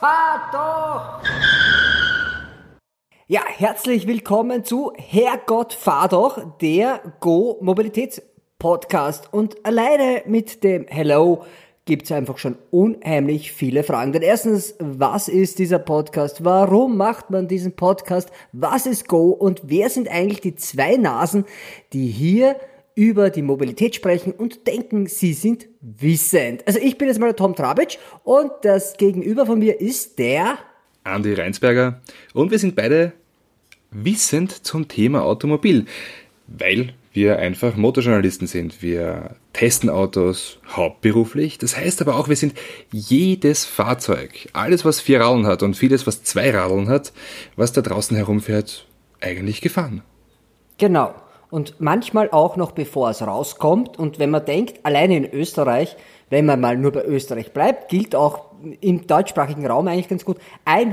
fahr doch! Ja, herzlich willkommen zu Herrgott, fahr doch, der Go-Mobilitäts-Podcast. Und alleine mit dem Hello gibt es einfach schon unheimlich viele Fragen. Denn erstens, was ist dieser Podcast? Warum macht man diesen Podcast? Was ist Go? Und wer sind eigentlich die zwei Nasen, die hier über die Mobilität sprechen und denken, sie sind wissend? Also ich bin jetzt mal der Tom Trabitsch und das Gegenüber von mir ist der Andi Reinsberger. Und wir sind beide wissend zum Thema Automobil, weil wir einfach Motorjournalisten sind. Wir testen Autos hauptberuflich. Das heißt aber auch, wir sind jedes Fahrzeug, alles was 4 Radeln hat und vieles was 2 Radeln hat, was da draußen herumfährt, eigentlich gefahren. Genau. Und manchmal auch noch bevor es rauskommt. Und wenn man denkt, alleine in Österreich, wenn man mal nur bei Österreich bleibt, gilt auch im deutschsprachigen Raum eigentlich ganz gut,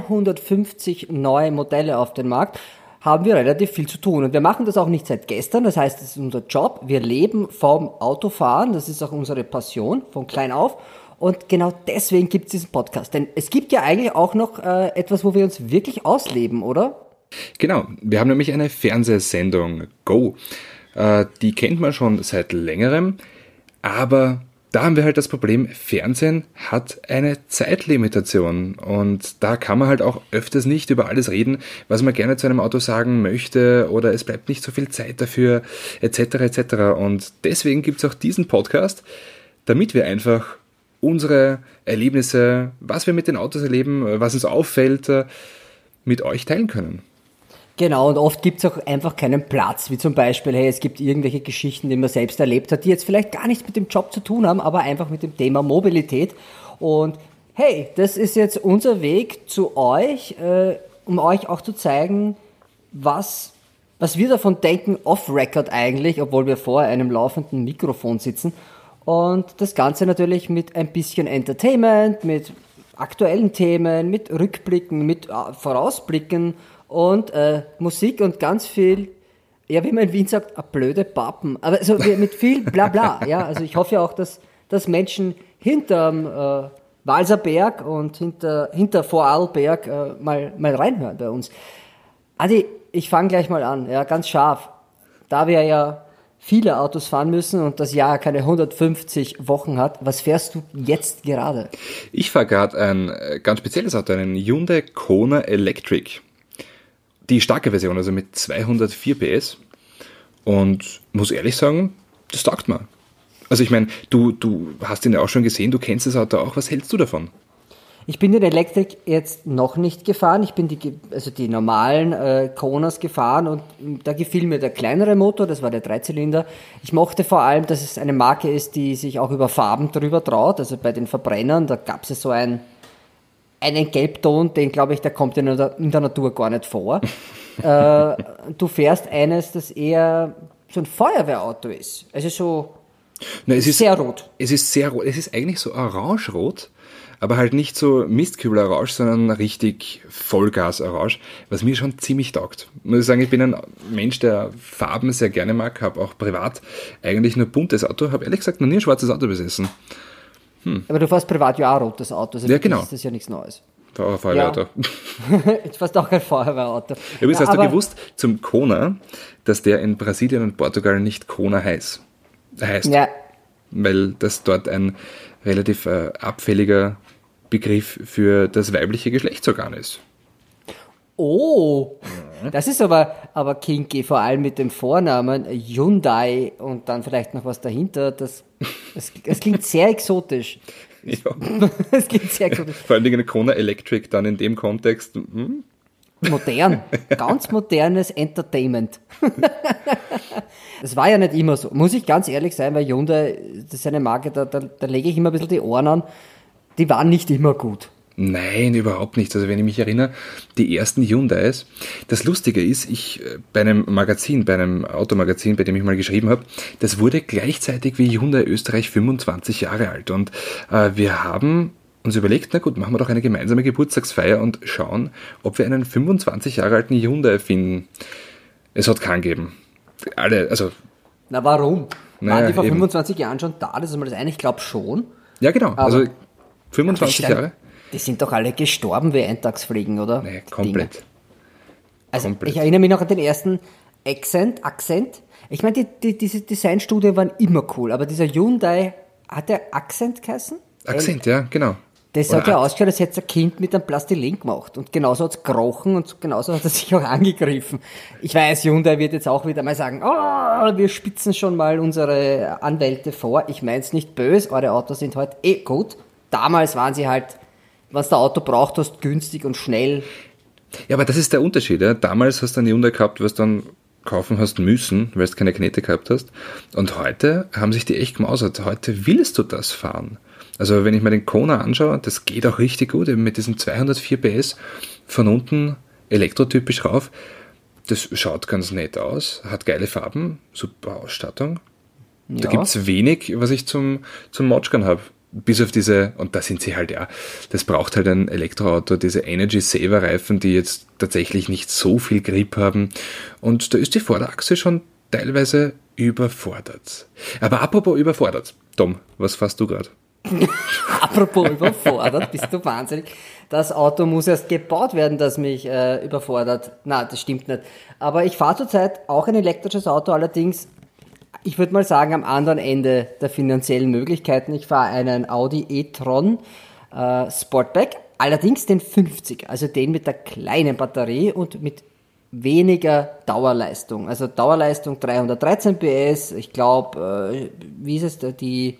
150 neue Modelle auf den Markt, haben wir relativ viel zu tun. Und wir machen das auch nicht seit gestern, das heißt, das ist unser Job. Wir leben vom Autofahren, das ist auch unsere Passion, von klein auf. Und genau deswegen gibt es diesen Podcast. Denn es gibt ja eigentlich auch noch etwas, wo wir uns wirklich ausleben, oder? Genau, wir haben nämlich eine Fernsehsendung, Go. Die kennt man schon seit längerem, aber da haben wir halt das Problem, Fernsehen hat eine Zeitlimitation und da kann man halt auch öfters nicht über alles reden, was man gerne zu einem Auto sagen möchte oder es bleibt nicht so viel Zeit dafür, etc. etc. Und deswegen gibt es auch diesen Podcast, damit wir einfach unsere Erlebnisse, was wir mit den Autos erleben, was uns auffällt, mit euch teilen können. Genau, und oft gibt es auch einfach keinen Platz, wie zum Beispiel, hey, es gibt irgendwelche Geschichten, die man selbst erlebt hat, die jetzt vielleicht gar nichts mit dem Job zu tun haben, aber einfach mit dem Thema Mobilität. Und hey, das ist jetzt unser Weg zu euch, um euch auch zu zeigen, was wir davon denken, off-Record eigentlich, obwohl wir vor einem laufenden Mikrofon sitzen. Und das Ganze natürlich mit ein bisschen Entertainment, mit aktuellen Themen, mit Rückblicken, mit Vorausblicken und Musik und ganz viel, ja, wie man in Wien sagt, a blöde Pappen, aber so mit viel Blabla, ja, also ich hoffe auch, dass Menschen hinterm Walserberg und hinter Vorarlberg mal reinhören bei uns. Adi, ich fange gleich mal an, ja, ganz scharf, da wir ja viele Autos fahren müssen und das Jahr keine 150 Wochen hat, was fährst du jetzt gerade? Ich fahre gerade ein ganz spezielles Auto, einen Hyundai Kona Electric. Die starke Version, also mit 204 PS. Und muss ehrlich sagen, das taugt mir. Also ich meine, du hast ihn ja auch schon gesehen, du kennst das Auto auch. Was hältst du davon? Ich bin den Electric jetzt noch nicht gefahren. Ich bin die normalen Konas gefahren und da gefiel mir der kleinere Motor, das war der 3-Zylinder. Ich mochte vor allem, dass es eine Marke ist, die sich auch über Farben drüber traut. Also bei den Verbrennern, da gab es ja so einen Gelbton, den glaube ich, der kommt in der Natur gar nicht vor. Du fährst eines, das eher so ein Feuerwehrauto ist. Also so sehr rot. Es ist sehr rot. Es ist eigentlich so orange-rot, aber halt nicht so Mistkübel-orange, sondern richtig Vollgas-orange, was mir schon ziemlich taugt. Ich muss sagen, ich bin ein Mensch, der Farben sehr gerne mag, habe auch privat eigentlich nur buntes Auto, habe ehrlich gesagt noch nie ein schwarzes Auto besessen. Aber du fährst privat ja auch rotes Auto, also ja, genau. Das ist ja nichts Neues. Feuerwehrauto. Ja. Jetzt fährst auch kein Feuerwehrauto. Übrigens, hast du gewusst, zum Kona, dass der in Brasilien und Portugal nicht Kona heißt? Ja. Weil das dort ein relativ abfälliger Begriff für das weibliche Geschlechtsorgan ist. Oh, das ist aber kinky, vor allem mit dem Vornamen Hyundai und dann vielleicht noch was dahinter. Das klingt sehr exotisch. Ja. Das klingt sehr exotisch. Vor allem eine Kona Electric dann in dem Kontext. Modern, ganz modernes Entertainment. Das war ja nicht immer so, muss ich ganz ehrlich sein, weil Hyundai, das ist eine Marke, da lege ich immer ein bisschen die Ohren an, die waren nicht immer gut. Nein, überhaupt nicht. Also wenn ich mich erinnere, die ersten Hyundais, das Lustige ist, bei einem Automagazin, bei dem ich mal geschrieben habe, das wurde gleichzeitig wie Hyundai Österreich 25 Jahre alt und wir haben uns überlegt, na gut, machen wir doch eine gemeinsame Geburtstagsfeier und schauen, ob wir einen 25 Jahre alten Hyundai finden. Es hat keinen gegeben. Na warum? Naja, waren die vor eben. 25 Jahren schon da? Das ist mal das eine, ich glaube schon. Ja genau, Aber also 25 Jahre. Die sind doch alle gestorben wie Eintagsfliegen, oder? Naja, komplett. Dinge. Also Komplett. ich erinnere mich noch an den ersten Accent. Ich meine, diese Designstudien waren immer cool, aber dieser Hyundai, hat der Accent geheißen? Akzent, ja, genau. Das Oder hat ja ausgeschaut, als hätte es ein Kind mit einem Plastilin gemacht. Und genauso hat es gekrochen und genauso hat er sich auch angegriffen. Ich weiß, Hyundai wird jetzt auch wieder mal sagen, oh, wir spitzen schon mal unsere Anwälte vor. Ich meine es nicht böse, eure Autos sind halt gut. Damals waren sie halt, was der Auto braucht hast, günstig und schnell. Ja, aber das ist der Unterschied. Ja. Damals hast du einen Hyundai gehabt, was dann kaufen hast müssen, weil du keine Knete gehabt hast. Und heute haben sich die echt gemausert. Heute willst du das fahren. Also wenn ich mir den Kona anschaue, das geht auch richtig gut, eben mit diesen 204 PS von unten elektrotypisch rauf. Das schaut ganz nett aus, hat geile Farben, super Ausstattung. Ja. Da gibt's wenig, was ich zum Motschkern habe. Bis auf diese, und da sind sie halt, ja, das braucht halt ein Elektroauto, diese Energy Saver Reifen, die jetzt tatsächlich nicht so viel Grip haben. Und da ist die Vorderachse schon teilweise überfordert. Aber apropos überfordert, Tom, was fährst du gerade? Apropos überfordert, bist du wahnsinnig. Das Auto muss erst gebaut werden, das mich überfordert. Na, das stimmt nicht. Aber ich fahre zurzeit auch ein elektrisches Auto, allerdings, ich würde mal sagen, am anderen Ende der finanziellen Möglichkeiten. Ich fahre einen Audi e-tron Sportback, allerdings den 50, also den mit der kleinen Batterie und mit weniger Dauerleistung. Also Dauerleistung 313 PS, ich glaube, wie ist es, die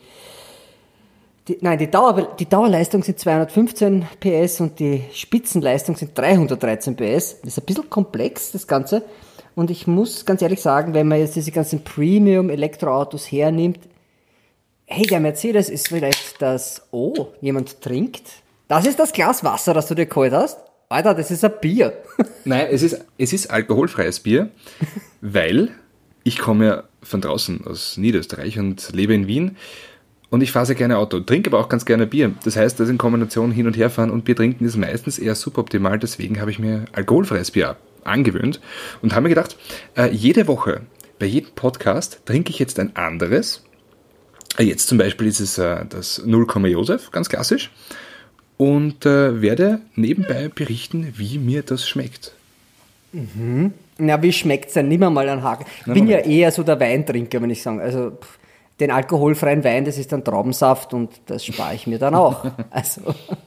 Dauerleistung sind 215 PS und die Spitzenleistung sind 313 PS. Das ist ein bisschen komplex, das Ganze. Und ich muss ganz ehrlich sagen, wenn man jetzt diese ganzen Premium-Elektroautos hernimmt, hey, der Mercedes ist vielleicht jemand trinkt. Das ist das Glas Wasser, das du dir geholt hast. Alter, das ist ein Bier. Nein, es ist alkoholfreies Bier, weil ich komme ja von draußen aus Niederösterreich und lebe in Wien. Und ich fahre sehr gerne Auto, trinke aber auch ganz gerne Bier. Das heißt, das in Kombination hin und her fahren und Bier trinken ist meistens eher suboptimal. Deswegen habe ich mir alkoholfreies Bier angewöhnt und habe mir gedacht, jede Woche, bei jedem Podcast trinke ich jetzt ein anderes. Jetzt zum Beispiel ist es das 0, Josef, ganz klassisch. Und werde nebenbei berichten, wie mir das schmeckt. Mhm. Na, wie schmeckt's denn? Nimm mal einen Haken. Ich bin ja eher so der Weintrinker, wenn ich sagen. Also den alkoholfreien Wein, das ist dann Traubensaft und das spare ich mir dann auch. Also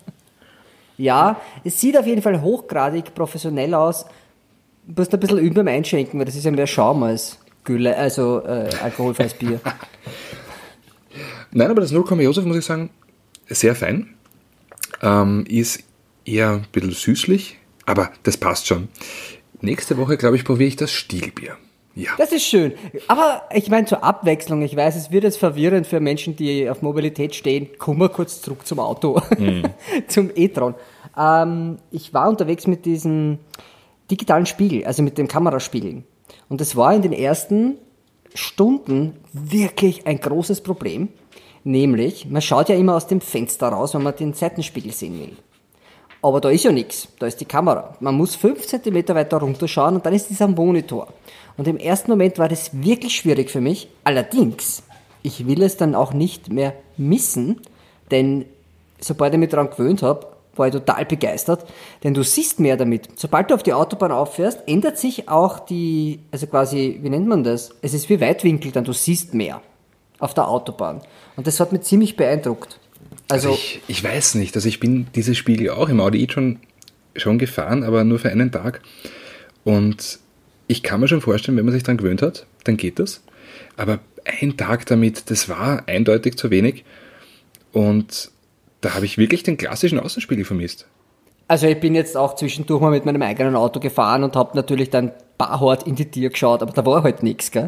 ja, es sieht auf jeden Fall hochgradig professionell aus. Du musst ein bisschen üben beim Einschenken, weil das ist ja mehr Schaum als Gülle, also alkoholfreies Bier. Nein, aber das 0, Josef, muss ich sagen, sehr fein. Ist eher ein bisschen süßlich, aber das passt schon. Nächste Woche, glaube ich, probiere ich das Stiegelbier. Ja. Das ist schön. Aber ich meine, zur Abwechslung, ich weiß, es wird jetzt verwirrend für Menschen, die auf Mobilität stehen. Kommen wir kurz zurück zum Auto, zum e-tron. Ich war unterwegs mit diesem digitalen Spiegel, also mit dem Kameraspiegeln. Und das war in den ersten Stunden wirklich ein großes Problem. Nämlich, man schaut ja immer aus dem Fenster raus, wenn man den Seitenspiegel sehen will. Aber da ist ja nichts, da ist die Kamera. Man muss 5 cm weiter runterschauen und dann ist dieser Monitor. Und im ersten Moment war das wirklich schwierig für mich. Allerdings, ich will es dann auch nicht mehr missen, denn sobald ich mich daran gewöhnt habe, war ich total begeistert, denn du siehst mehr damit. Sobald du auf die Autobahn auffährst, ändert sich auch also quasi, wie nennt man das? Es ist wie Weitwinkel, dann du siehst mehr auf der Autobahn. Und das hat mich ziemlich beeindruckt. Also ich weiß nicht, also ich bin diese Spiegel auch im Audi schon gefahren, aber nur für einen Tag. Und ich kann mir schon vorstellen, wenn man sich daran gewöhnt hat, dann geht das. Aber ein Tag damit, das war eindeutig zu wenig. Und da habe ich wirklich den klassischen Außenspiegel vermisst. Also ich bin jetzt auch zwischendurch mal mit meinem eigenen Auto gefahren und habe natürlich dann barhart in die Tür geschaut, aber da war halt nichts, gell?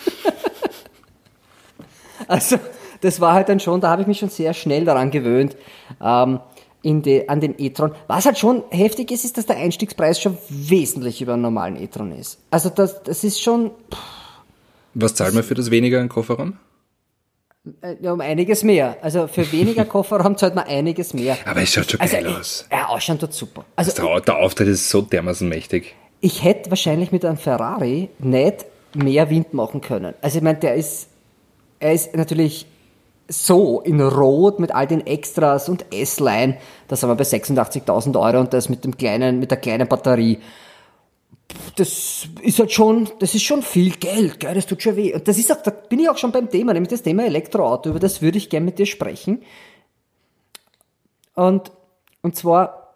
Also das war halt dann schon, da habe ich mich schon sehr schnell daran gewöhnt, an den e-tron. Was halt schon heftig ist, ist, dass der Einstiegspreis schon wesentlich über einen normalen e-tron ist. Also das ist schon... Was zahlt man für das weniger im Kofferraum? Ja, um einiges mehr. Also für weniger Kofferraum zahlt man einiges mehr. Aber es schaut schon geil aus. Ja, ausschauen tut super. Also der Auftritt ist so dermaßen mächtig. Ich hätte wahrscheinlich mit einem Ferrari nicht mehr Wind machen können. Also ich meine, er ist natürlich so in Rot mit all den Extras und S-Line, da sind wir bei 86.000 € und das mit der kleinen Batterie. Das ist schon viel Geld, gell, das tut schon weh. Und da bin ich auch schon beim Thema, nämlich das Thema Elektroauto, über das würde ich gerne mit dir sprechen. Und zwar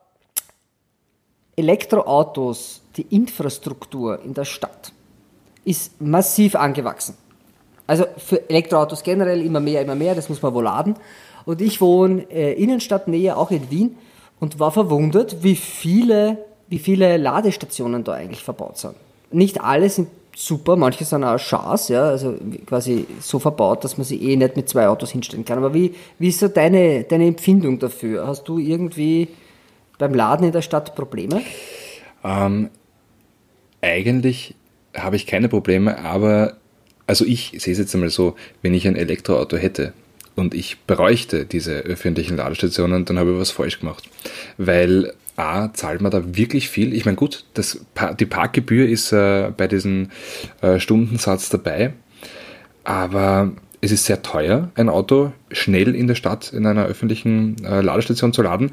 Elektroautos, die Infrastruktur in der Stadt ist massiv angewachsen. Also für Elektroautos generell immer mehr, das muss man wohl laden. Und ich wohne Innenstadtnähe, auch in Wien, und war verwundert, wie viele Ladestationen da eigentlich verbaut sind. Nicht alle sind super, manche sind auch Schaß, ja, also quasi so verbaut, dass man sie nicht mit 2 Autos hinstellen kann. Aber wie ist so deine Empfindung dafür? Hast du irgendwie beim Laden in der Stadt Probleme? Eigentlich habe ich keine Probleme, aber also ich sehe es jetzt einmal so, wenn ich ein Elektroauto hätte und ich bräuchte diese öffentlichen Ladestationen, dann habe ich was falsch gemacht. Weil A, zahlt man da wirklich viel. Ich meine, gut, die Parkgebühr ist bei diesem Stundensatz dabei, aber es ist sehr teuer, ein Auto schnell in der Stadt in einer öffentlichen Ladestation zu laden.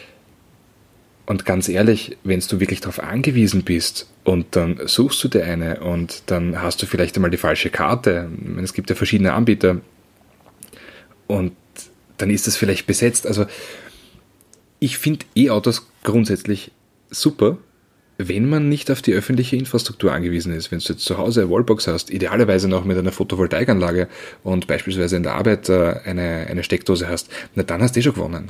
Und ganz ehrlich, wenn du wirklich darauf angewiesen bist und dann suchst du dir eine und dann hast du vielleicht einmal die falsche Karte, ich meine, es gibt ja verschiedene Anbieter und dann ist das vielleicht besetzt. Also ich finde E-Autos grundsätzlich super, wenn man nicht auf die öffentliche Infrastruktur angewiesen ist. Wenn du jetzt zu Hause eine Wallbox hast, idealerweise noch mit einer Photovoltaikanlage und beispielsweise in der Arbeit eine Steckdose hast, na dann hast du schon gewonnen.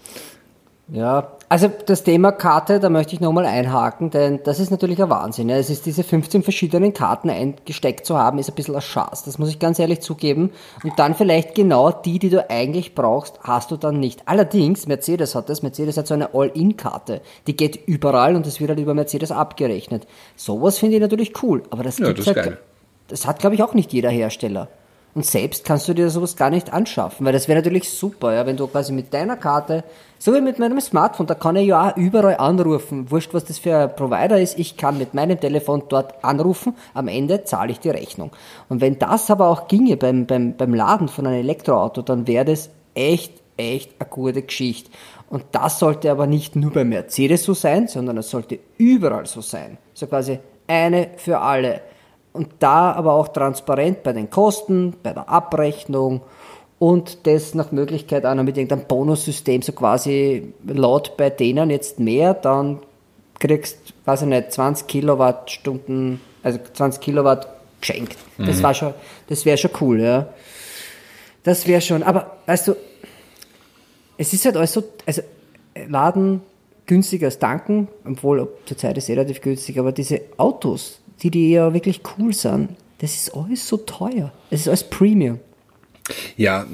Ja, also das Thema Karte, da möchte ich nochmal einhaken, denn das ist natürlich ein Wahnsinn. Ja. Es ist diese 15 verschiedenen Karten eingesteckt zu haben, ist ein bisschen ein Schatz. Das muss ich ganz ehrlich zugeben. Und dann vielleicht genau die du eigentlich brauchst, hast du dann nicht. Allerdings, Mercedes hat so eine All-In-Karte. Die geht überall und das wird halt über Mercedes abgerechnet. Sowas finde ich natürlich cool, aber das gibt's halt, geil. Das hat, glaube ich, auch nicht jeder Hersteller. Und selbst kannst du dir sowas gar nicht anschaffen, weil das wäre natürlich super, ja, wenn du quasi mit deiner Karte, so wie mit meinem Smartphone, da kann ich ja auch überall anrufen, wurscht, was das für ein Provider ist, ich kann mit meinem Telefon dort anrufen, am Ende zahle ich die Rechnung. Und wenn das aber auch ginge beim Laden von einem Elektroauto, dann wäre das echt eine gute Geschichte. Und das sollte aber nicht nur bei Mercedes so sein, sondern es sollte überall so sein. So quasi eine für alle. Und da aber auch transparent bei den Kosten, bei der Abrechnung und das nach Möglichkeit auch noch mit irgendeinem Bonussystem, so quasi laut bei denen jetzt mehr, dann kriegst, weiß ich nicht, 20 Kilowattstunden, also 20 Kilowatt geschenkt. Das wäre schon cool, ja. Das wäre schon, aber weißt du, es ist halt alles so, also Laden günstiger als tanken, obwohl zurzeit ist relativ günstig, aber diese Autos, die ja wirklich cool sind, das ist alles so teuer. Es ist alles Premium. Ja,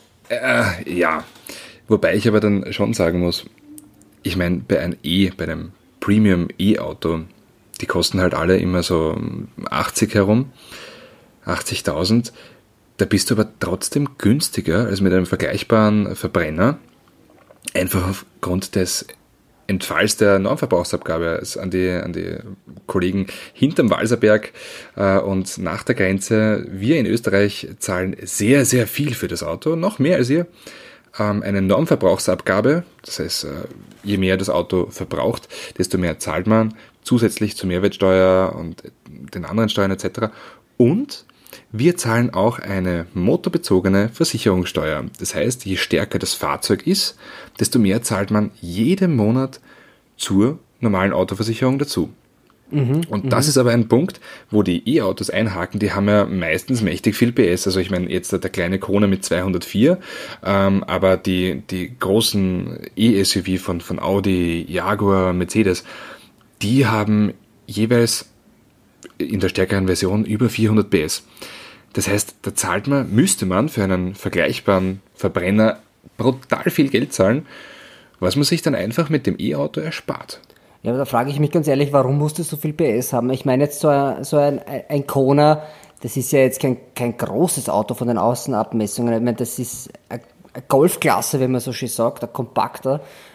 wobei ich aber dann schon sagen muss, ich meine, bei einem Premium E-Auto, die kosten halt alle immer so 80 herum, 80.000, da bist du aber trotzdem günstiger als mit einem vergleichbaren Verbrenner, einfach aufgrund des Entfalls der Normverbrauchsabgabe an die Kollegen hinterm Walserberg und nach der Grenze. Wir in Österreich zahlen sehr, sehr viel für das Auto, noch mehr als ihr. Eine Normverbrauchsabgabe, das heißt, je mehr das Auto verbraucht, desto mehr zahlt man, zusätzlich zur Mehrwertsteuer und den anderen Steuern etc. Und wir zahlen auch eine motorbezogene Versicherungssteuer. Das heißt, je stärker das Fahrzeug ist, desto mehr zahlt man jeden Monat zur normalen Autoversicherung dazu. Und das ist aber ein Punkt, wo die E-Autos einhaken, die haben ja meistens mächtig viel PS. Also ich meine, jetzt der kleine Kona mit 204, aber die großen E-SUV von Audi, Jaguar, Mercedes, die haben jeweils in der stärkeren Version über 400 PS. Das heißt, müsste man für einen vergleichbaren Verbrenner brutal viel Geld zahlen, was man sich dann einfach mit dem E-Auto erspart. Ja, aber da frage ich mich ganz ehrlich, warum musst du so viel PS haben? Ich meine jetzt so ein Kona, das ist ja jetzt kein großes Auto von den Außenabmessungen. Ich meine, das ist eine Golfklasse, wenn man so schön sagt, ein kompakter.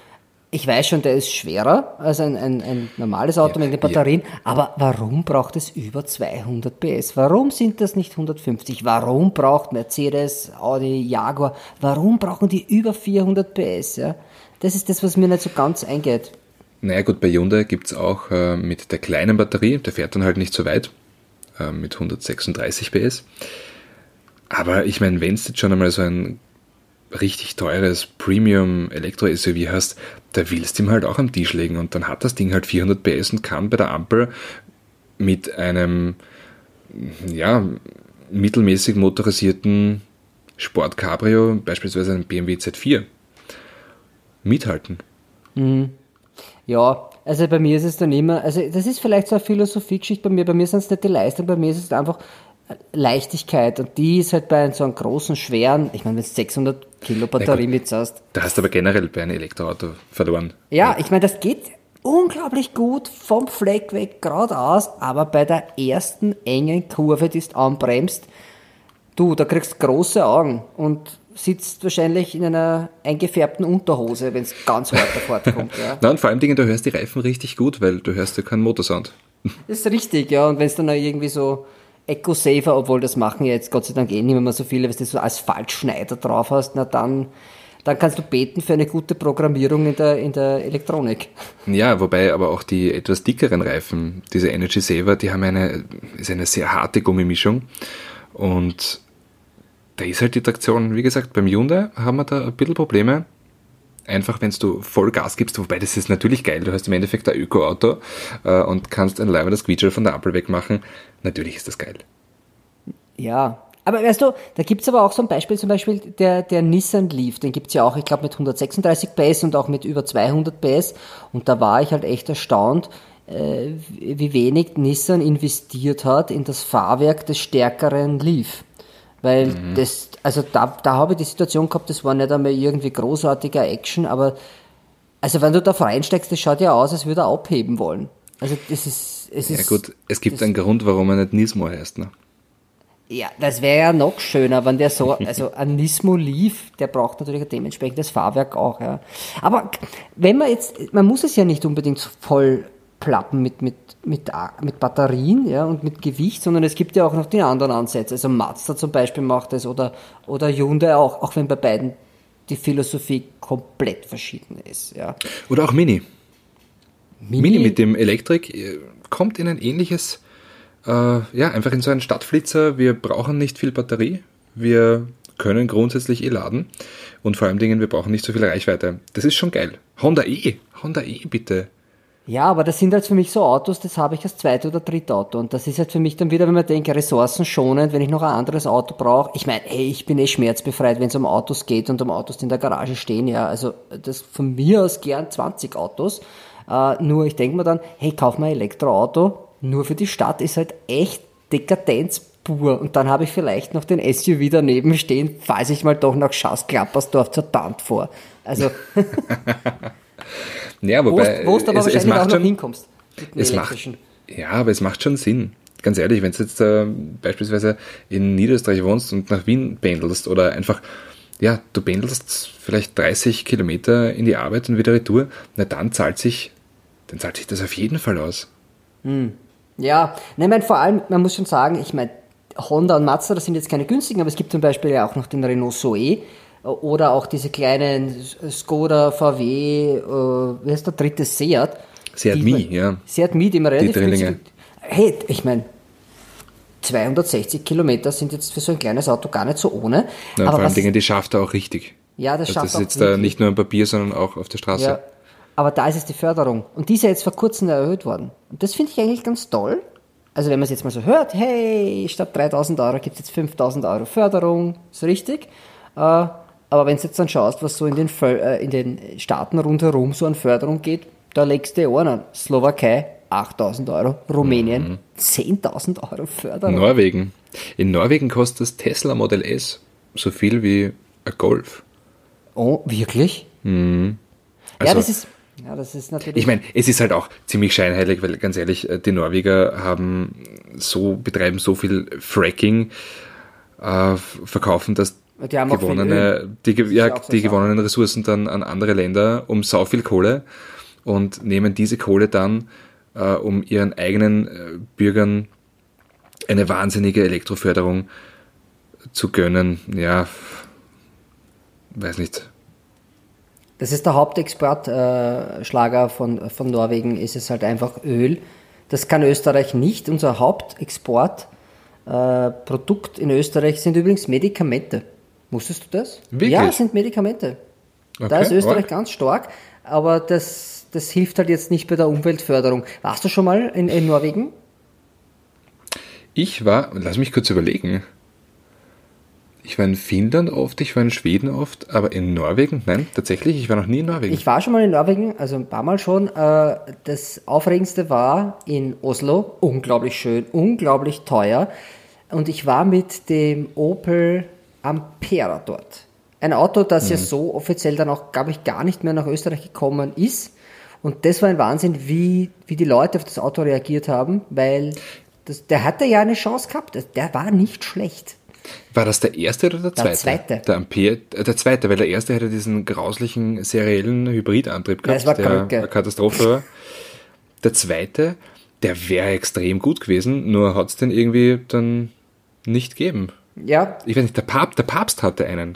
Ich weiß schon, der ist schwerer als ein normales Auto mit den Batterien, aber warum braucht es über 200 PS? Warum sind das nicht 150? Warum braucht Mercedes, Audi, Jaguar, warum brauchen die über 400 PS? Ja? Das ist das, was mir nicht so ganz eingeht. Naja gut, bei Hyundai gibt es auch mit der kleinen Batterie, der fährt dann halt nicht so weit, mit 136 PS. Aber ich meine, wenn es jetzt schon einmal so ein richtig teures Premium-Elektro-SUV hast, da willst du ihm halt auch am Tisch legen und dann hat das Ding halt 400 PS und kann bei der Ampel mit einem mittelmäßig motorisierten Sport-Cabrio, beispielsweise einem BMW Z4, mithalten. Ja, also bei mir ist es dann immer, also das ist vielleicht so eine Philosophiegeschichte bei mir sind es nicht die Leistung, bei mir ist es einfach Leichtigkeit und die ist halt bei so einem großen, schweren, ich meine, wenn du 600 Kilo Batterie mit hast. Da hast du aber generell bei einem Elektroauto verloren. Ja, ich meine, das geht unglaublich gut vom Fleck weg geradeaus, aber bei der ersten engen Kurve, die du anbremst, da kriegst du große Augen und sitzt wahrscheinlich in einer eingefärbten Unterhose, wenn es ganz hart davor kommt. Ja. Na, und vor allem Dingen, du hörst die Reifen richtig gut, weil du hörst ja keinen Motorsound. Das ist richtig, ja, und wenn es dann auch irgendwie so Eco-Safer, obwohl das machen ja jetzt Gott sei Dank nicht mehr so viele, wenn du so Asphaltschneider drauf hast, na dann kannst du beten für eine gute Programmierung in der Elektronik. Ja, wobei aber auch die etwas dickeren Reifen, diese Energy Saver, die haben ist eine sehr harte Gummimischung und da ist halt die Traktion, wie gesagt, beim Hyundai haben wir da ein bisschen Probleme. Einfach, wenn du voll Gas gibst, wobei das ist natürlich geil, du hast im Endeffekt ein Öko-Auto und kannst ein leibendes Quietscher von der Ampel wegmachen. Natürlich ist das geil. Ja, aber weißt du, da gibt es aber auch so ein Beispiel, zum Beispiel der Nissan Leaf, den gibt es ja auch, ich glaube mit 136 PS und auch mit über 200 PS und da war ich halt echt erstaunt, wie wenig Nissan investiert hat in das Fahrwerk des stärkeren Leaf. Weil da habe ich die Situation gehabt, das war nicht einmal irgendwie großartiger Action, aber also wenn du da reinsteigst, das schaut ja aus, als würde er abheben wollen. Also ja gut, es gibt einen Grund, warum er nicht Nismo heißt, ne? Ja, das wäre ja noch schöner, wenn der so, also ein Nismo Leaf, der braucht natürlich ein dementsprechendes Fahrwerk auch, ja. Aber wenn man muss es ja nicht unbedingt voll plappen mit Batterien, ja, und mit Gewicht, sondern es gibt ja auch noch die anderen Ansätze. Also Mazda zum Beispiel macht das oder Hyundai auch wenn bei beiden die Philosophie komplett verschieden ist, ja. Oder auch Mini mit dem Elektrik kommt in ein ähnliches, einfach in so einen Stadtflitzer. Wir brauchen nicht viel Batterie, wir können grundsätzlich laden und vor allem Dingen, wir brauchen nicht so viel Reichweite. Das ist schon geil. Honda E bitte. Ja, aber das sind halt für mich so Autos, das habe ich als zweit- oder drittauto. Und das ist halt für mich dann wieder, wenn man denkt, ressourcenschonend, wenn ich noch ein anderes Auto brauche. Ich meine, ich bin schmerzbefreit, wenn es um Autos geht und um Autos, die in der Garage stehen. Ja, also das von mir aus gern 20 Autos. Nur ich denke mir dann, hey, kauf mal ein Elektroauto. Nur für die Stadt ist halt echt Dekadenz pur. Und dann habe ich vielleicht noch den SUV daneben stehen, falls ich mal doch nach Schaus-Klappersdorf zur Tante vor. Also... Ja, wobei wo du aber wahrscheinlich auch noch hinkommst. Aber es macht schon Sinn. Ganz ehrlich, wenn du jetzt beispielsweise in Niederösterreich wohnst und nach Wien pendelst oder einfach, ja, du pendelst vielleicht 30 Kilometer in die Arbeit und wieder retour, na dann zahlt sich das auf jeden Fall aus. Ja, vor allem, man muss schon sagen, ich meine, Honda und Mazda, das sind jetzt keine günstigen, aber es gibt zum Beispiel ja auch noch den Renault Zoe, oder auch diese kleinen Skoda, VW, wie heißt der dritte, Seat Mii, die man relativ günstig... Hey, ich meine, 260 Kilometer sind jetzt für so ein kleines Auto gar nicht so ohne. Na, aber vor allem Dinge, die schafft er auch richtig. Ja, das schafft er auch. Das ist jetzt da nicht nur am Papier, sondern auch auf der Straße. Ja, aber da ist es die Förderung. Und die ist ja jetzt vor kurzem erhöht worden. Und das finde ich eigentlich ganz toll. Also wenn man es jetzt mal so hört, hey, statt 3.000 Euro gibt es jetzt 5.000 Euro Förderung, ist richtig. Aber wenn du jetzt dann schaust, was so in den Staaten rundherum so an Förderung geht, da legst du die Ohren an. Slowakei 8.000 Euro, Rumänien 10.000 Euro Förderung. Norwegen. In Norwegen kostet das Tesla Model S so viel wie ein Golf. Oh, wirklich? Mhm. Also, das ist natürlich... Ich meine, es ist halt auch ziemlich scheinheilig, weil ganz ehrlich, die Norweger betreiben so viel Fracking, verkaufen das Die haben auch viel Öl. die gewonnenen Ressourcen dann an andere Länder um sau viel Kohle und nehmen diese Kohle dann, um ihren eigenen Bürgern eine wahnsinnige Elektroförderung zu gönnen. Ja, weiß nicht. Das ist der Hauptexportschlager von Norwegen, ist es halt einfach Öl. Das kann Österreich nicht. Unser Hauptexportprodukt in Österreich sind übrigens Medikamente. Wusstest du das? Wirklich? Ja, es sind Medikamente. Okay, Da ist Österreich ganz stark, aber das hilft halt jetzt nicht bei der Umweltförderung. Warst du schon mal in Norwegen? Lass mich kurz überlegen. Ich war in Finnland oft, ich war in Schweden oft, aber in Norwegen, nein, tatsächlich, ich war noch nie in Norwegen. Ich war schon mal in Norwegen, also ein paar Mal schon. Das Aufregendste war in Oslo. Unglaublich schön, unglaublich teuer. Und ich war mit dem Opel Ampera dort. Ein Auto, das ja so offiziell dann auch, glaube ich, gar nicht mehr nach Österreich gekommen ist. Und das war ein Wahnsinn, wie die Leute auf das Auto reagiert haben, weil der hatte ja eine Chance gehabt. Der war nicht schlecht. War das der erste oder der zweite? Der zweite. Der zweite, weil der erste hätte diesen grauslichen seriellen Hybridantrieb gehabt, das war der eine Katastrophe war. Der zweite, der wäre extrem gut gewesen, nur hat es den irgendwie dann nicht gegeben. Ja. Ich weiß nicht, der Papst hatte einen.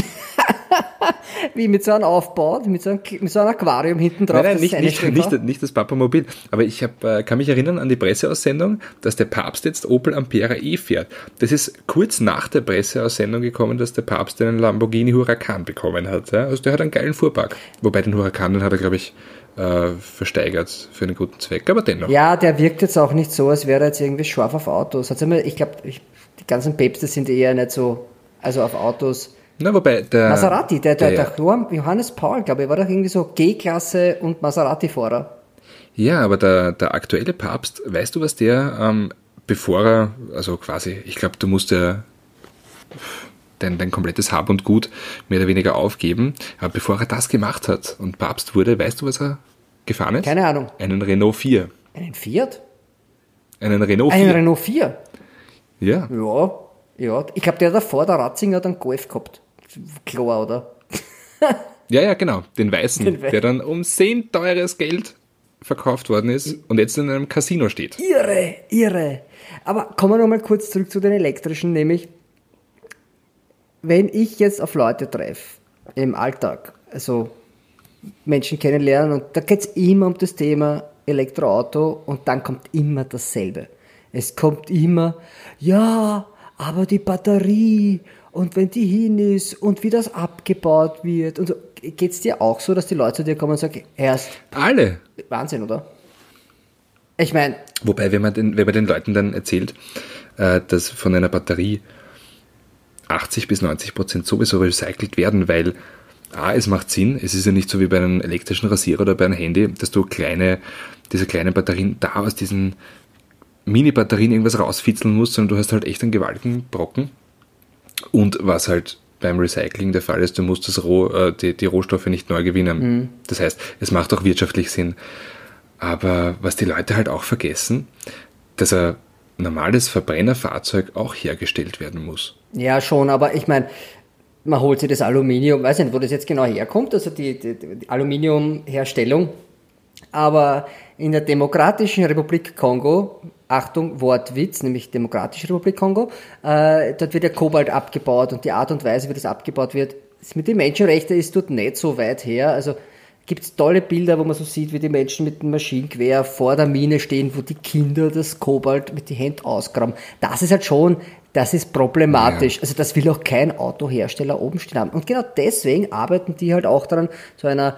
Wie mit so einem Aufbau, mit so einem Aquarium hinten drauf. Nein, nicht das Papamobil. Aber ich kann mich erinnern an die Presseaussendung, dass der Papst jetzt Opel Ampera E fährt. Das ist kurz nach der Presseaussendung gekommen, dass der Papst einen Lamborghini Huracan bekommen hat. Ja? Also der hat einen geilen Fuhrpark. Wobei den Huracan, den hat er, glaube ich, versteigert für einen guten Zweck, aber dennoch. Ja, der wirkt jetzt auch nicht so, als wäre er jetzt irgendwie scharf auf Autos. Ich glaube, die ganzen Päpste sind eher nicht so, also auf Autos. Na, wobei Maserati, der Johannes Paul, glaube ich, war doch irgendwie so G-Klasse und Maserati-Fahrer. Ja, aber der aktuelle Papst, weißt du, was der, bevor er, also quasi, ich glaube, du musst ja dein komplettes Hab und Gut mehr oder weniger aufgeben, aber bevor er das gemacht hat und Papst wurde, weißt du, was er gefahren ist? Keine Ahnung. Einen Renault 4. Einen Fiat? Einen Renault 4. Einen Renault 4? Ja. Ja. Ich glaube, der davor, der Ratzinger, hat einen Golf gehabt. Klar, oder? Ja, genau. Den weißen, der dann um 10 teures Geld verkauft worden ist und jetzt in einem Casino steht. Irre. Aber kommen wir nochmal kurz zurück zu den elektrischen, nämlich, wenn ich jetzt auf Leute treffe, im Alltag, also Menschen kennenlernen, und da geht es immer um das Thema Elektroauto und dann kommt immer dasselbe. Es kommt immer, ja, aber die Batterie und wenn die hin ist und wie das abgebaut wird und so. Geht es dir auch so, dass die Leute zu dir kommen und sagen, erst... Alle. Wahnsinn, oder? Ich meine... Wobei, wenn man den Leuten dann erzählt, dass von einer Batterie 80-90% sowieso recycelt werden, weil es macht Sinn, es ist ja nicht so wie bei einem elektrischen Rasierer oder bei einem Handy, dass du diese kleinen Batterien da aus diesen Mini-Batterien irgendwas rausfitzeln musst, sondern du hast halt echt einen gewaltigen Brocken. Und was halt beim Recycling der Fall ist, du musst die Rohstoffe nicht neu gewinnen. Das heißt, es macht auch wirtschaftlich Sinn. Aber was die Leute halt auch vergessen, dass ein normales Verbrennerfahrzeug auch hergestellt werden muss. Ja, schon, aber ich meine, man holt sich das Aluminium, weiß nicht, wo das jetzt genau herkommt, also die Aluminiumherstellung. Aber in der Demokratischen Republik Kongo, Achtung, Wortwitz, nämlich Demokratische Republik Kongo, dort wird ja Kobalt abgebaut und die Art und Weise, wie das abgebaut wird, mit den Menschenrechten ist dort nicht so weit her. Also gibt es tolle Bilder, wo man so sieht, wie die Menschen mit dem Maschinengewehr vor der Mine stehen, wo die Kinder das Kobalt mit den Händen ausgraben. Das ist halt schon, das ist problematisch. Ja. Also das will auch kein Autohersteller oben stehen haben. Und genau deswegen arbeiten die halt auch daran, zu einer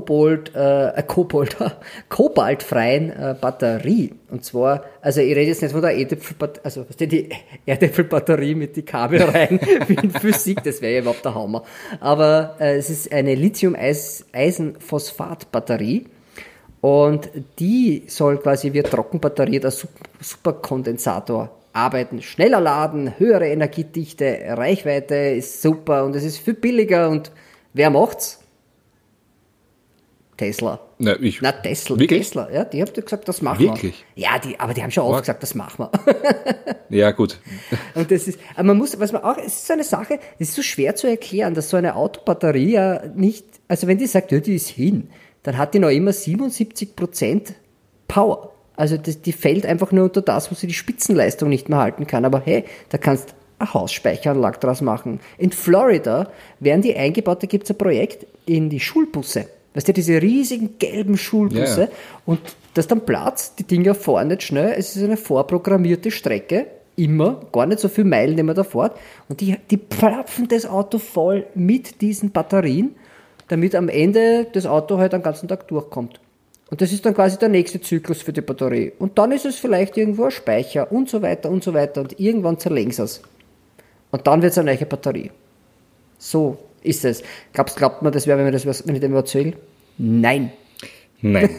kobaltfreien Batterie. Und zwar, also ich rede jetzt nicht von der Erdäpfelbatterie, also die Erdäpfelbatterie mit die Kabel rein, wie in Physik, das wäre ja überhaupt der Hammer. Aber es ist eine Lithium-Eisenphosphat-Batterie und die soll quasi wie eine Trockenbatterie, der Superkondensator arbeiten, schneller laden, höhere Energiedichte, Reichweite ist super und es ist viel billiger und wer macht's? Tesla. Na, Tesla. Wirklich? Tesla, ja, die haben gesagt, das machen Wirklich? wir. Ja, aber die haben schon oft gesagt, das machen wir. Ja, gut. Und das ist, aber man muss, es ist so eine Sache, es ist so schwer zu erklären, dass so eine Autobatterie ja nicht, also wenn die sagt, ja, die ist hin, dann hat die noch immer 77% Power. Also die fällt einfach nur unter das, wo sie die Spitzenleistung nicht mehr halten kann. Aber hey, da kannst eine Hausspeicheranlage draus machen. In Florida werden die eingebaut, da gibt es ein Projekt in die Schulbusse. Weißt du, diese riesigen gelben Schulbusse. Ja. Und das dann Platz, die Dinger fahren nicht schnell. Es ist eine vorprogrammierte Strecke. Immer, gar nicht so viele Meilen, die man da fährt. Und die pflapfen das Auto voll mit diesen Batterien, damit am Ende das Auto halt den ganzen Tag durchkommt. Und das ist dann quasi der nächste Zyklus für die Batterie. Und dann ist es vielleicht irgendwo ein Speicher und so weiter und so weiter. Und irgendwann zerlegen sie es. Und dann wird es eine neue Batterie. So ist es. Glaubt man, das wäre, wenn ich dem erzähle? Nein. Nein.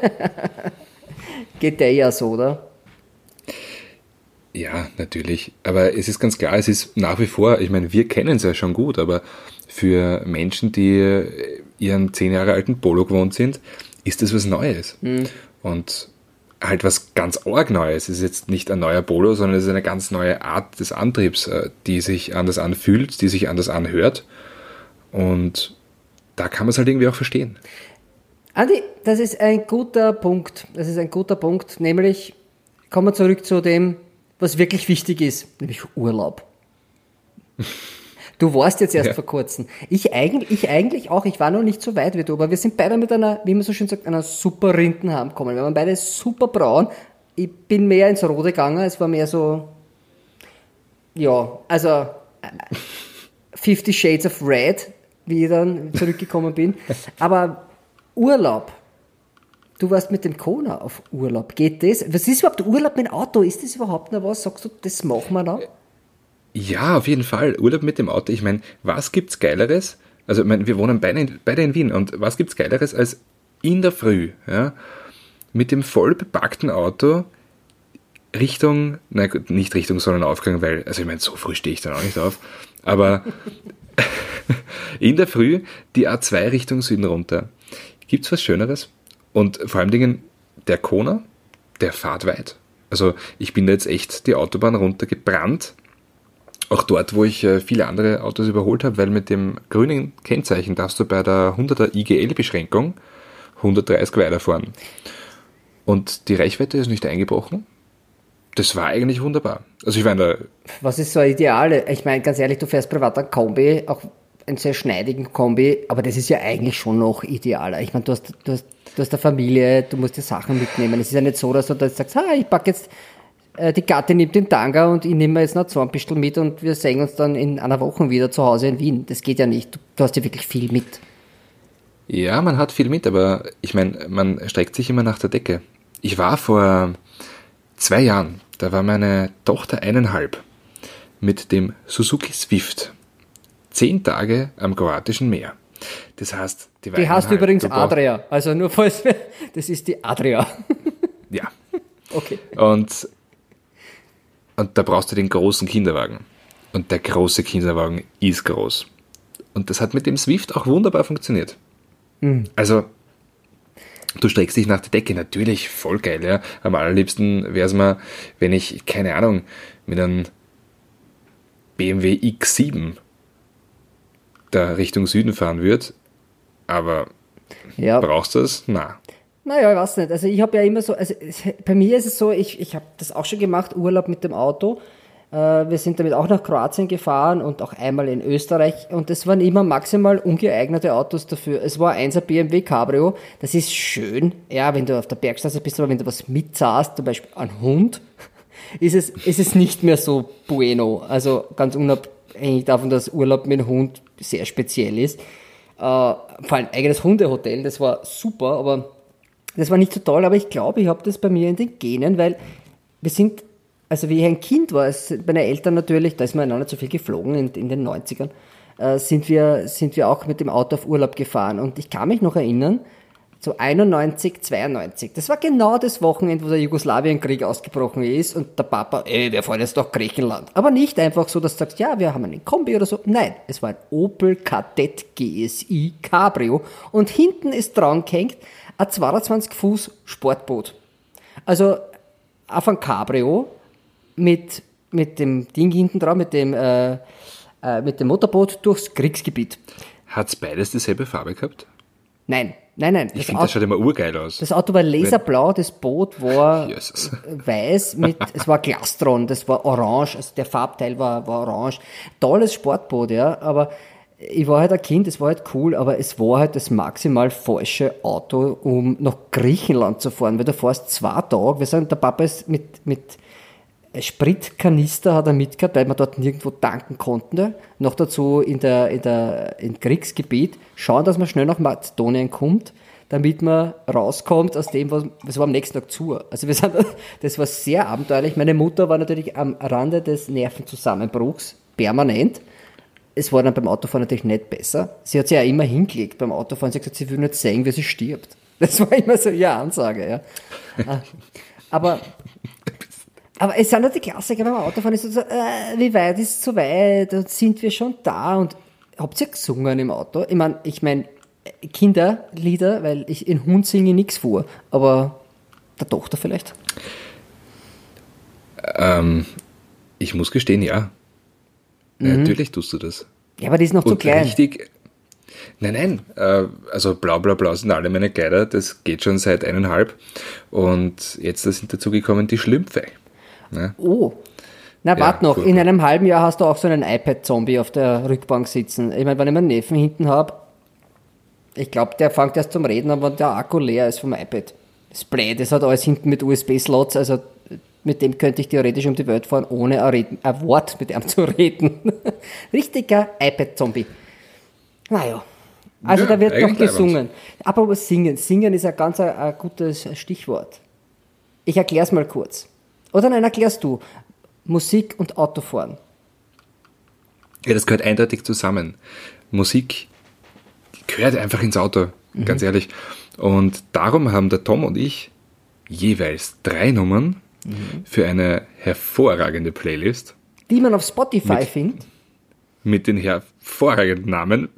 Geht der ja so, oder? Ja, natürlich. Aber es ist ganz klar, es ist nach wie vor, ich meine, wir kennen es ja schon gut, aber für Menschen, die ihren 10 Jahre alten Polo gewohnt sind, ist das was Neues. Und halt was ganz arg Neues. Es ist jetzt nicht ein neuer Polo, sondern es ist eine ganz neue Art des Antriebs, die sich anders anfühlt, die sich anders anhört. Und da kann man es halt irgendwie auch verstehen. Andi, das ist ein guter Punkt. Nämlich kommen wir zurück zu dem, was wirklich wichtig ist, nämlich Urlaub. Du warst jetzt erst vor kurzem. Ich eigentlich auch, ich war noch nicht so weit wie du, aber wir sind beide mit einer, wie man so schön sagt, einer super Rinden heimgekommen. Wir waren beide super braun. Ich bin mehr ins Rote gegangen, es war mehr so, ja, also 50 Shades of Red, wie ich dann zurückgekommen bin. Aber Urlaub. Du warst mit dem Kona auf Urlaub. Geht das? Was ist überhaupt Urlaub mit dem Auto? Ist das überhaupt noch was? Sagst du, das machen wir noch? Ja, auf jeden Fall. Urlaub mit dem Auto. Ich meine, was gibt's Geileres? Also, ich meine, wir wohnen beide in Wien. Und was gibt's Geileres als in der Früh, ja, mit dem voll bepackten Auto Richtung, nicht Richtung Sonnenaufgang, weil, also ich meine, so früh stehe ich dann auch nicht auf, aber in der Früh die A2 Richtung Süden runter. Gibt's was Schöneres? Und vor allen Dingen, der Kona, der fährt weit. Also, ich bin da jetzt echt die Autobahn runtergebrannt. Auch dort, wo ich viele andere Autos überholt habe, weil mit dem grünen Kennzeichen darfst du bei der 100er IGL-Beschränkung 130 weiterfahren. Und die Reichweite ist nicht eingebrochen. Das war eigentlich wunderbar. Also ich meine, was ist so ein Ideal? Ich meine, ganz ehrlich, du fährst privat ein Kombi, auch einen sehr schneidigen Kombi, aber das ist ja eigentlich schon noch idealer. Ich meine, du hast eine Familie, du musst dir Sachen mitnehmen. Es ist ja nicht so, dass du da sagst, ich packe jetzt, die Gattin nimmt den Tanga und ich nehme jetzt noch 2 Pistel mit und wir sehen uns dann in einer Woche wieder zu Hause in Wien. Das geht ja nicht. Du hast ja wirklich viel mit. ja, man hat viel mit, aber ich meine, man streckt sich immer nach der Decke. Ich war vor 2 Jahren, da war meine Tochter 1,5 mit dem Suzuki Swift 10 Tage am kroatischen Meer. Das heißt, die heißt übrigens Adria. Also nur falls das ist die Adria. Ja. Okay. Und da brauchst du den großen Kinderwagen. Und der große Kinderwagen ist groß. Und das hat mit dem Swift auch wunderbar funktioniert. Also, du streckst dich nach der Decke, natürlich voll geil, ja. Am allerliebsten wäre es mir, wenn ich, keine Ahnung, mit einem BMW X7 da Richtung Süden fahren würde. Aber brauchst du das? Na. Naja, ich weiß nicht. Also ich habe ja immer so, bei mir ist es so, ich habe das auch schon gemacht, Urlaub mit dem Auto. Wir sind damit auch nach Kroatien gefahren und auch einmal in Österreich und das waren immer maximal ungeeignete Autos dafür. Es war 1er BMW Cabrio, das ist schön, ja, wenn du auf der Bergstraße bist, aber wenn du was mitzahlst, zum Beispiel ein Hund, ist es nicht mehr so bueno. Also ganz unabhängig davon, dass Urlaub mit dem Hund sehr speziell ist. Vor allem eigenes Hundehotel, das war super, aber das war nicht so toll, aber ich glaube, ich habe das bei mir in den Genen, weil wir sind, also wie ich ein Kind war, meine Eltern natürlich, da ist man noch nicht so viel geflogen in den 90ern, sind wir auch mit dem Auto auf Urlaub gefahren. Und ich kann mich noch erinnern, So 91, 92. Das war genau das Wochenende, wo der Jugoslawienkrieg ausgebrochen ist und der Papa, wir fahren jetzt nach Griechenland. Aber nicht einfach so, dass du sagst, ja, wir haben einen Kombi oder so. Nein, es war ein Opel Kadett GSI Cabrio und hinten ist dran gehängt ein 22 Fuß Sportboot. Also auf ein Cabrio mit dem Ding hinten dran, mit dem Motorboot durchs Kriegsgebiet. Hat's beides dieselbe Farbe gehabt? Nein. Ich finde, das schaut immer urgeil aus. Das Auto war laserblau, das Boot war weiß es war Glastron, das war orange, also der Farbteil war orange. Tolles Sportboot, ja, aber ich war halt ein Kind, es war halt cool, aber es war halt das maximal falsche Auto, um nach Griechenland zu fahren, weil du fährst 2 Tage, der Papa ist mit Spritkanister hat er mitgehabt, weil wir dort nirgendwo tanken konnten. Noch dazu im Kriegsgebiet. Schauen, dass man schnell nach Mazedonien kommt, damit man rauskommt aus dem, was war am nächsten Tag zu. Also das war sehr abenteuerlich. Meine Mutter war natürlich am Rande des Nervenzusammenbruchs, permanent. Es war dann beim Autofahren natürlich nicht besser. Sie hat sich ja immer hingelegt beim Autofahren. Sie hat gesagt, sie will nicht sehen, wie sie stirbt. Das war immer so ihre Ansage, ja. Aber es sind halt die Klassiker beim Autofahren, ist so, wie weit ist es zu weit, und sind wir schon da, und habt ihr gesungen im Auto? Ich meine, Kinderlieder, weil in Hund singe ich nichts vor, aber der Tochter vielleicht? Ich muss gestehen, ja. Natürlich tust du das. Ja, aber die ist noch zu klein. Richtig. Nein, also blau, blau, blau sind alle meine Kleider, das geht schon seit 1,5 und jetzt sind dazu gekommen die Schlümpfe. Ne? Oh, na warte noch, in einem halben Jahr hast du auch so einen iPad-Zombie auf der Rückbank sitzen. Ich meine, wenn ich meinen Neffen hinten habe, ich glaube, der fängt erst zum Reden an, wenn der Akku leer ist vom iPad. Das ist blöd, das hat alles hinten mit USB-Slots, also mit dem könnte ich theoretisch um die Welt fahren, ohne ein Wort mit ihm zu reden. Richtiger iPad-Zombie. Naja, also da wird noch gesungen. Aber Singen ist ein ganz ein gutes Stichwort. Ich erkläre es mal kurz. Oder nein, erklärst du. Musik und Autofahren. Ja, das gehört eindeutig zusammen. Musik gehört einfach ins Auto, ganz ehrlich. Und darum haben der Tom und ich jeweils 3 Nummern für eine hervorragende Playlist. Die man auf Spotify findet. Mit den hervorragenden Namen.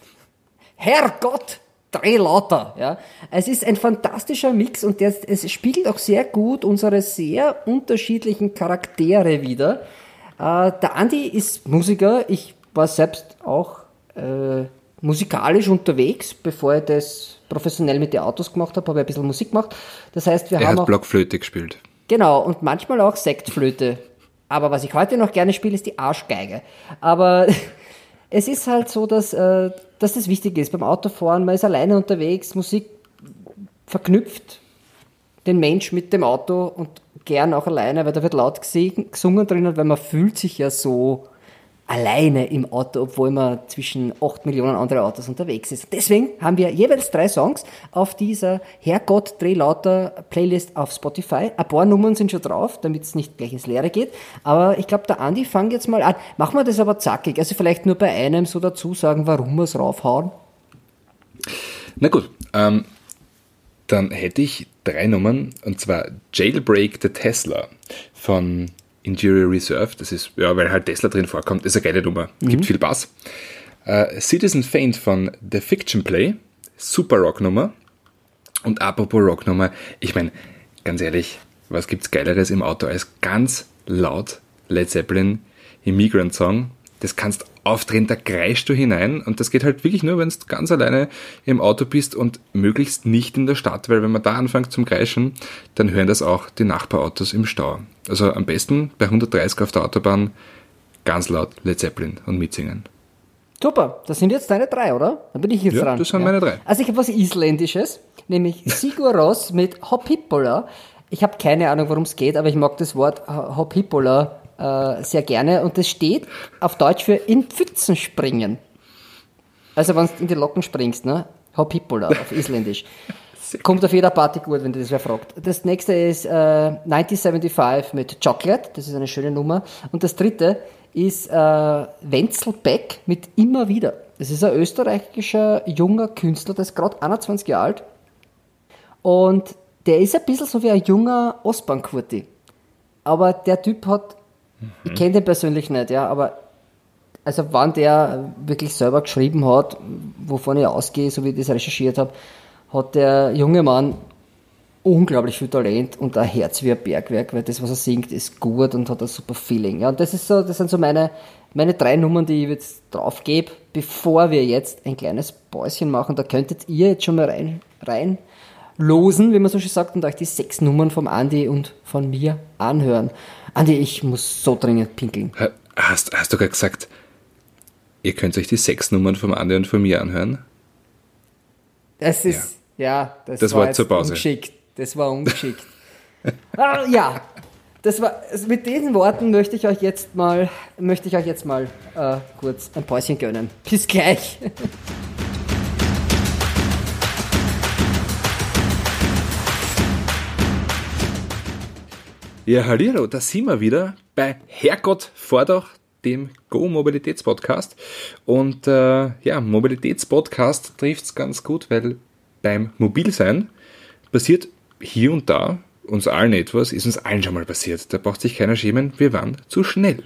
Herrgott! 3 lauter, ja. Es ist ein fantastischer Mix und es spiegelt auch sehr gut unsere sehr unterschiedlichen Charaktere wider. Der Andi ist Musiker, ich war selbst auch musikalisch unterwegs, bevor ich das professionell mit den Autos gemacht habe ich ein bisschen Musik gemacht. Das heißt, er hat Blockflöte gespielt. Genau, und manchmal auch Sektflöte. Aber was ich heute noch gerne spiele, ist die Arschgeige. Aber es ist halt so, dass das wichtig ist beim Autofahren. Man ist alleine unterwegs, Musik verknüpft den Mensch mit dem Auto und gern auch alleine, weil da wird laut gesungen drinnen, weil man fühlt sich ja so alleine im Auto, obwohl man zwischen 8 Millionen andere Autos unterwegs ist. Deswegen haben wir jeweils 3 Songs auf dieser Herrgott dreh lauter Playlist auf Spotify. Ein paar Nummern sind schon drauf, damit es nicht gleich ins Leere geht. Aber ich glaube, der Andi fängt jetzt mal an. Machen wir das aber zackig. Also vielleicht nur bei einem so dazu sagen, warum wir es raufhauen. Na gut, dann hätte ich 3 Nummern, und zwar Jailbreak the Tesla von Injury Reserve, das ist, ja, weil halt Tesla drin vorkommt, ist eine geile Nummer, gibt viel Bass. Citizen Faint von The Fiction Play, super Rocknummer. Und apropos Rocknummer, ich meine, ganz ehrlich, was gibt's Geileres im Auto als ganz laut Led Zeppelin Immigrant Song? Das kannst aufdrehen, da kreischst du hinein, und das geht halt wirklich nur, wenn du ganz alleine im Auto bist und möglichst nicht in der Stadt, weil wenn man da anfängt zum Kreischen, dann hören das auch die Nachbarautos im Stau. Also am besten bei 130 auf der Autobahn ganz laut Led Zeppelin und mitsingen. Super, das sind jetzt deine 3, oder? Dann bin ich jetzt dran. Das sind meine 3. Also ich habe was Isländisches, nämlich Sigur Rós mit Hoppípolla. Ich habe keine Ahnung, worum es geht, aber ich mag das Wort Hoppípolla sehr gerne, und das steht auf Deutsch für in Pfützen springen. Also wenn du in die Locken springst, ne? Hoppípolla auf Isländisch. Kommt auf jeder Party gut, wenn du das wer fragt. Das nächste ist 1975 mit Chocolate, das ist eine schöne Nummer. Und das dritte ist Wenzel Beck mit Immer wieder. Das ist ein österreichischer junger Künstler, der ist gerade 21 Jahre alt. Und der ist ein bisschen so wie ein junger Ostbahnkurti. Aber der Typ hat, ich kenne den persönlich nicht, ja, aber also wenn der wirklich selber geschrieben hat, wovon ich ausgehe, so wie ich das recherchiert habe, hat der junge Mann unglaublich viel Talent und ein Herz wie ein Bergwerk, weil das, was er singt, ist gut und hat ein super Feeling. Ja, und das sind so meine 3 Nummern, die ich jetzt drauf gebe, bevor wir jetzt ein kleines Päuschen machen. Da könntet ihr jetzt schon mal rein losen, wie man so schön sagt, und euch die 6 Nummern vom Andi und von mir anhören. Andi, ich muss so dringend pinkeln. Hast du gerade gesagt, ihr könnt euch die 6 Nummern vom Andi und von mir anhören? Das ist, das war jetzt zur Pause. Ungeschickt. Das war ungeschickt. Ja, mit diesen Worten möchte ich euch jetzt mal kurz ein Päuschen gönnen. Bis gleich. Ja, hallihallo, da sind wir wieder bei Herrgott Vordach, dem Go-Mobilitäts-Podcast. Und Mobilitäts-Podcast trifft es ganz gut, weil beim Mobilsein passiert hier und da uns allen etwas, ist uns allen schon mal passiert. Da braucht sich keiner schämen, wir waren zu schnell.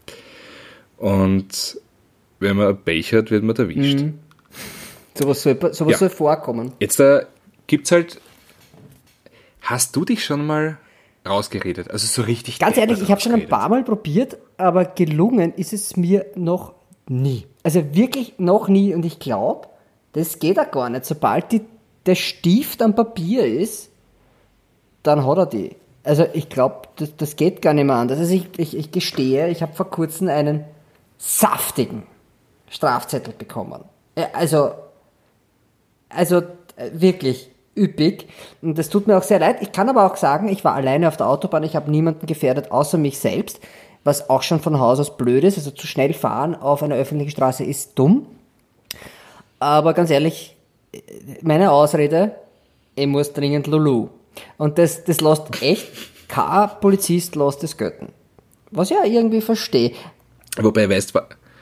Und wenn man Pech hat, wird man erwischt. Mhm. Sowas soll vorkommen. Jetzt gibt's halt, hast du dich schon mal rausgeredet? Also so richtig. Ganz ehrlich, ich habe schon ein paar Mal probiert, aber gelungen ist es mir noch nie. Also wirklich noch nie. Und ich glaube, das geht auch gar nicht. Sobald der Stift am Papier ist, dann hat er die. Also ich glaube, das geht gar nicht mehr anders. Also ich gestehe, ich habe vor kurzem einen saftigen Strafzettel bekommen. Also wirklich üppig. Und das tut mir auch sehr leid. Ich kann aber auch sagen, ich war alleine auf der Autobahn, ich habe niemanden gefährdet, außer mich selbst, was auch schon von Haus aus blöd ist. Also zu schnell fahren auf einer öffentlichen Straße ist dumm. Aber ganz ehrlich, meine Ausrede, ich muss dringend Lulu. Und das lässt echt, kein Polizist lässt das gelten. Was ich ja irgendwie verstehe. Wobei, weißt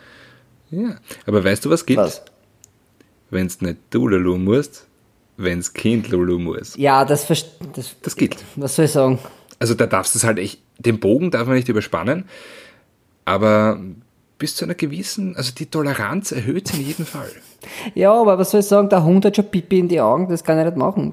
du, was gilt? Was? Wenn es nicht du Lulu musst, wenn das Kind Lulu muss. Ja, das gilt. Was soll ich sagen? Also da darfst du es halt echt, den Bogen darf man nicht überspannen, aber bis zu einer gewissen, also die Toleranz erhöht sich in jedem Fall. Ja, aber was soll ich sagen, der Hund hat schon Pipi in die Augen, das kann ich nicht machen.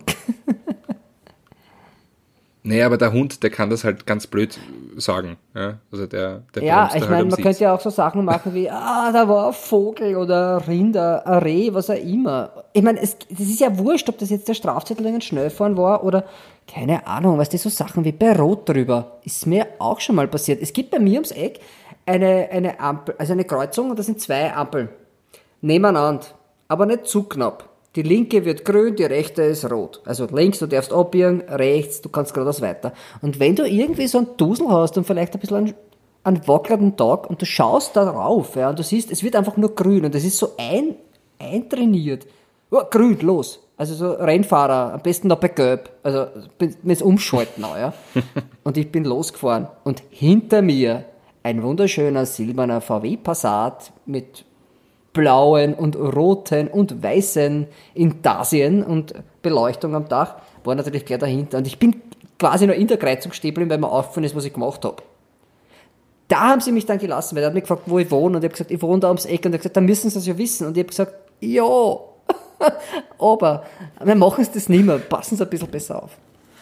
Naja, aber der Hund, der kann das halt ganz blöd sagen. Ja, also der ja, ich halt meine, man könnte ja auch so Sachen machen wie, da war ein Vogel oder ein Rinder, ein Reh, was auch immer. Ich meine, das ist ja wurscht, ob das jetzt der Strafzettel in Schnellfahren war oder, keine Ahnung, was die so Sachen wie bei Rot drüber. Ist mir auch schon mal passiert. Es gibt bei mir ums Eck eine Ampel, also eine Kreuzung, und da sind 2 Ampeln nebeneinander, aber nicht zu knapp. Die linke wird grün, die rechte ist rot. Also links, du darfst abbiegen, rechts, du kannst geradeaus weiter. Und wenn du irgendwie so einen Dusel hast und vielleicht ein bisschen einen wackelnden Tag und du schaust da rauf, ja, und du siehst, es wird einfach nur grün und das ist so eintrainiert. Oh, grün, los. Also so Rennfahrer, am besten noch bei Gelb. Also mit Umschalten auch, ja. Und ich bin losgefahren und hinter mir ein wunderschöner silberner VW Passat mit blauen und roten und weißen Intarsien und Beleuchtung am Dach, war natürlich gleich dahinter. Und ich bin quasi noch in der Kreuzung stehen geblieben, weil mir aufgefallen ist, was ich gemacht habe. Da haben sie mich dann gelassen, weil er hat mich gefragt, wo ich wohne. Und ich habe gesagt, ich wohne da ums Eck. Und er hat gesagt, dann müssen sie es ja wissen. Und ich habe gesagt, ja, aber wir machen es das nicht mehr. Passen sie ein bisschen besser auf.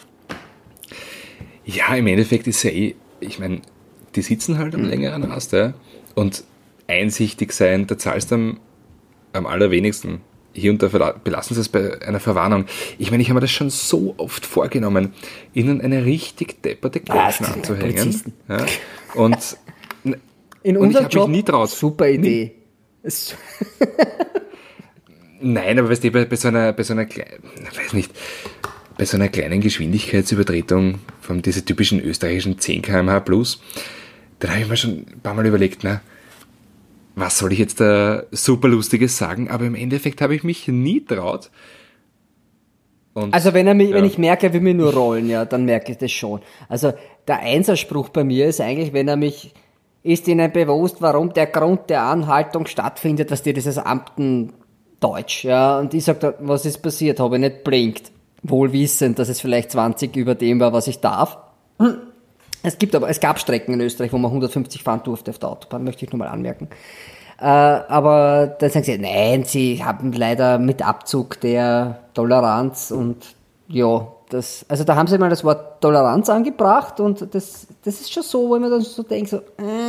Ja, im Endeffekt ist ja ich meine, die sitzen halt am längeren Ast, ja, und einsichtig sein, da zahlst du am allerwenigsten. Hier und da belassen sie es bei einer Verwarnung. Ich meine, ich habe mir das schon so oft vorgenommen, ihnen eine richtig depperte Goschen anzuhängen. Ja, und ich habe mich nie traut. Super Idee. Nein, aber weißt du, bei so einer kleinen Geschwindigkeitsübertretung von dieser typischen österreichischen 10 km/h plus, dann habe ich mir schon ein paar Mal überlegt, was soll ich jetzt da super Lustiges sagen, aber im Endeffekt habe ich mich nie traut. Und, also wenn ich merke, er will mich nur rollen, ja, dann merke ich das schon. Also der Einserspruch bei mir ist eigentlich, wenn er mich, ist Ihnen bewusst, warum der Grund der Anhaltung stattfindet, was dir dieses Amtendeutsch, ja, und ich sage, was ist passiert, habe ich nicht blinkt. wohl wissend, dass es vielleicht 20 über dem war, was ich darf. Es gab Strecken in Österreich, wo man 150 fahren durfte auf der Autobahn, möchte ich nur mal anmerken. Aber dann sagen sie, nein, sie haben leider mit Abzug der Toleranz und ja, also da haben sie mal das Wort Toleranz angebracht und das ist schon so, wo ich mir dann so denke, so,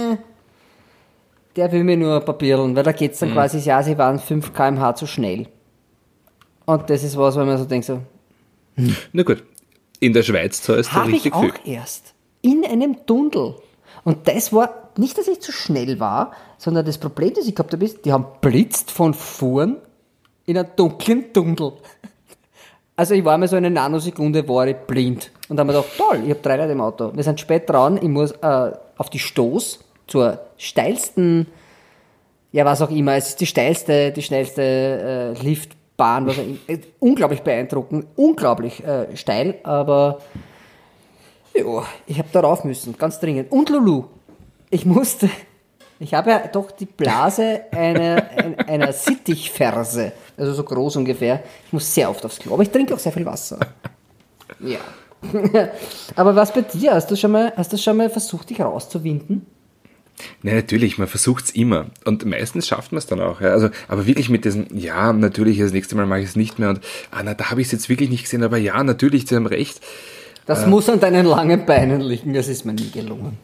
der will mir nur papiereln, weil da geht's dann quasi, ja, sie waren 5 km/h zu schnell. Und das ist was, wo man so denkt, so. Na gut, in der Schweiz zahlst du richtig viel. Habe ich auch erst. In einem Tunnel. Und das war nicht, dass ich zu schnell war, sondern das Problem, das ich gehabt habe, ist, die haben blitzt von vorn in einem dunklen Tunnel. Also ich war mir so eine Nanosekunde, war ich blind. Und dann haben wir gedacht, toll, ich habe 3 Leute im Auto. Wir sind spät dran, ich muss auf die Stoß zur steilsten, ja was auch immer, es ist die schnellste Liftbahn, was auch immer. Unglaublich beeindruckend, unglaublich steil, aber ja, ich habe da rauf müssen, ganz dringend. Und Lulu, ich habe ja doch die Blase einer Sittichferse, also so groß ungefähr. Ich muss sehr oft aufs Klo, aber ich trinke auch sehr viel Wasser. Ja. Aber was bei dir? Hast du schon mal versucht, dich rauszuwinden? Nein, natürlich, man versucht es immer. Und meistens schafft man es dann auch. Ja. Also, aber wirklich mit diesem, ja, natürlich, das nächste Mal mache ich es nicht mehr. Und, da habe ich es jetzt wirklich nicht gesehen. Aber ja, natürlich, Sie haben recht. Das muss an deinen langen Beinen liegen. Das ist mir nie gelungen.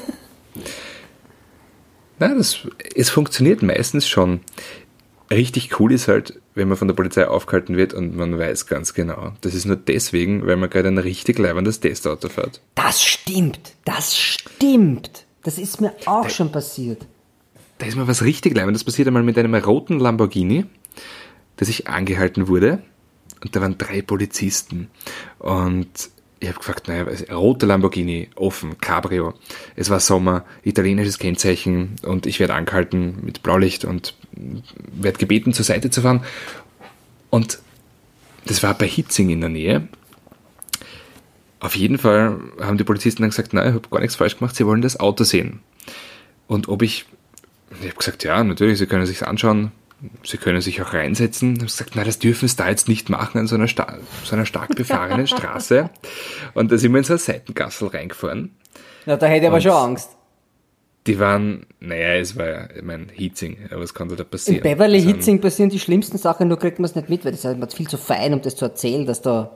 Nein, es funktioniert meistens schon. Richtig cool ist halt, wenn man von der Polizei aufgehalten wird und man weiß ganz genau, das ist nur deswegen, weil man gerade ein richtig leibendes Testauto fährt. Das stimmt. Das ist mir auch schon passiert. Da ist mir was richtig leibendes passiert, einmal mit einem roten Lamborghini, dass ich angehalten wurde und da waren 3 Polizisten und ich habe gefragt, naja, rote Lamborghini, offen, Cabrio. Es war Sommer, italienisches Kennzeichen und ich werde angehalten mit Blaulicht und werde gebeten, zur Seite zu fahren. Und das war bei Hitzing in der Nähe. Auf jeden Fall haben die Polizisten dann gesagt, nein, ich habe gar nichts falsch gemacht, sie wollen das Auto sehen. Und ich habe gesagt, ja, natürlich, Sie können es sich anschauen, Sie können sich auch reinsetzen. Ich habe gesagt, nein, das dürfen Sie da jetzt nicht machen an so einer stark befahrenen Straße. Und da sind wir in so eine Seitengassel reingefahren. Ja, da hätte ich aber schon Angst. Die waren, naja, es war ja, ich meine, Hitzing, aber was kann da passieren? In Beverly Hitzing passieren die schlimmsten Sachen, nur kriegt man es nicht mit, weil das ist halt viel zu fein, um das zu erzählen, dass da...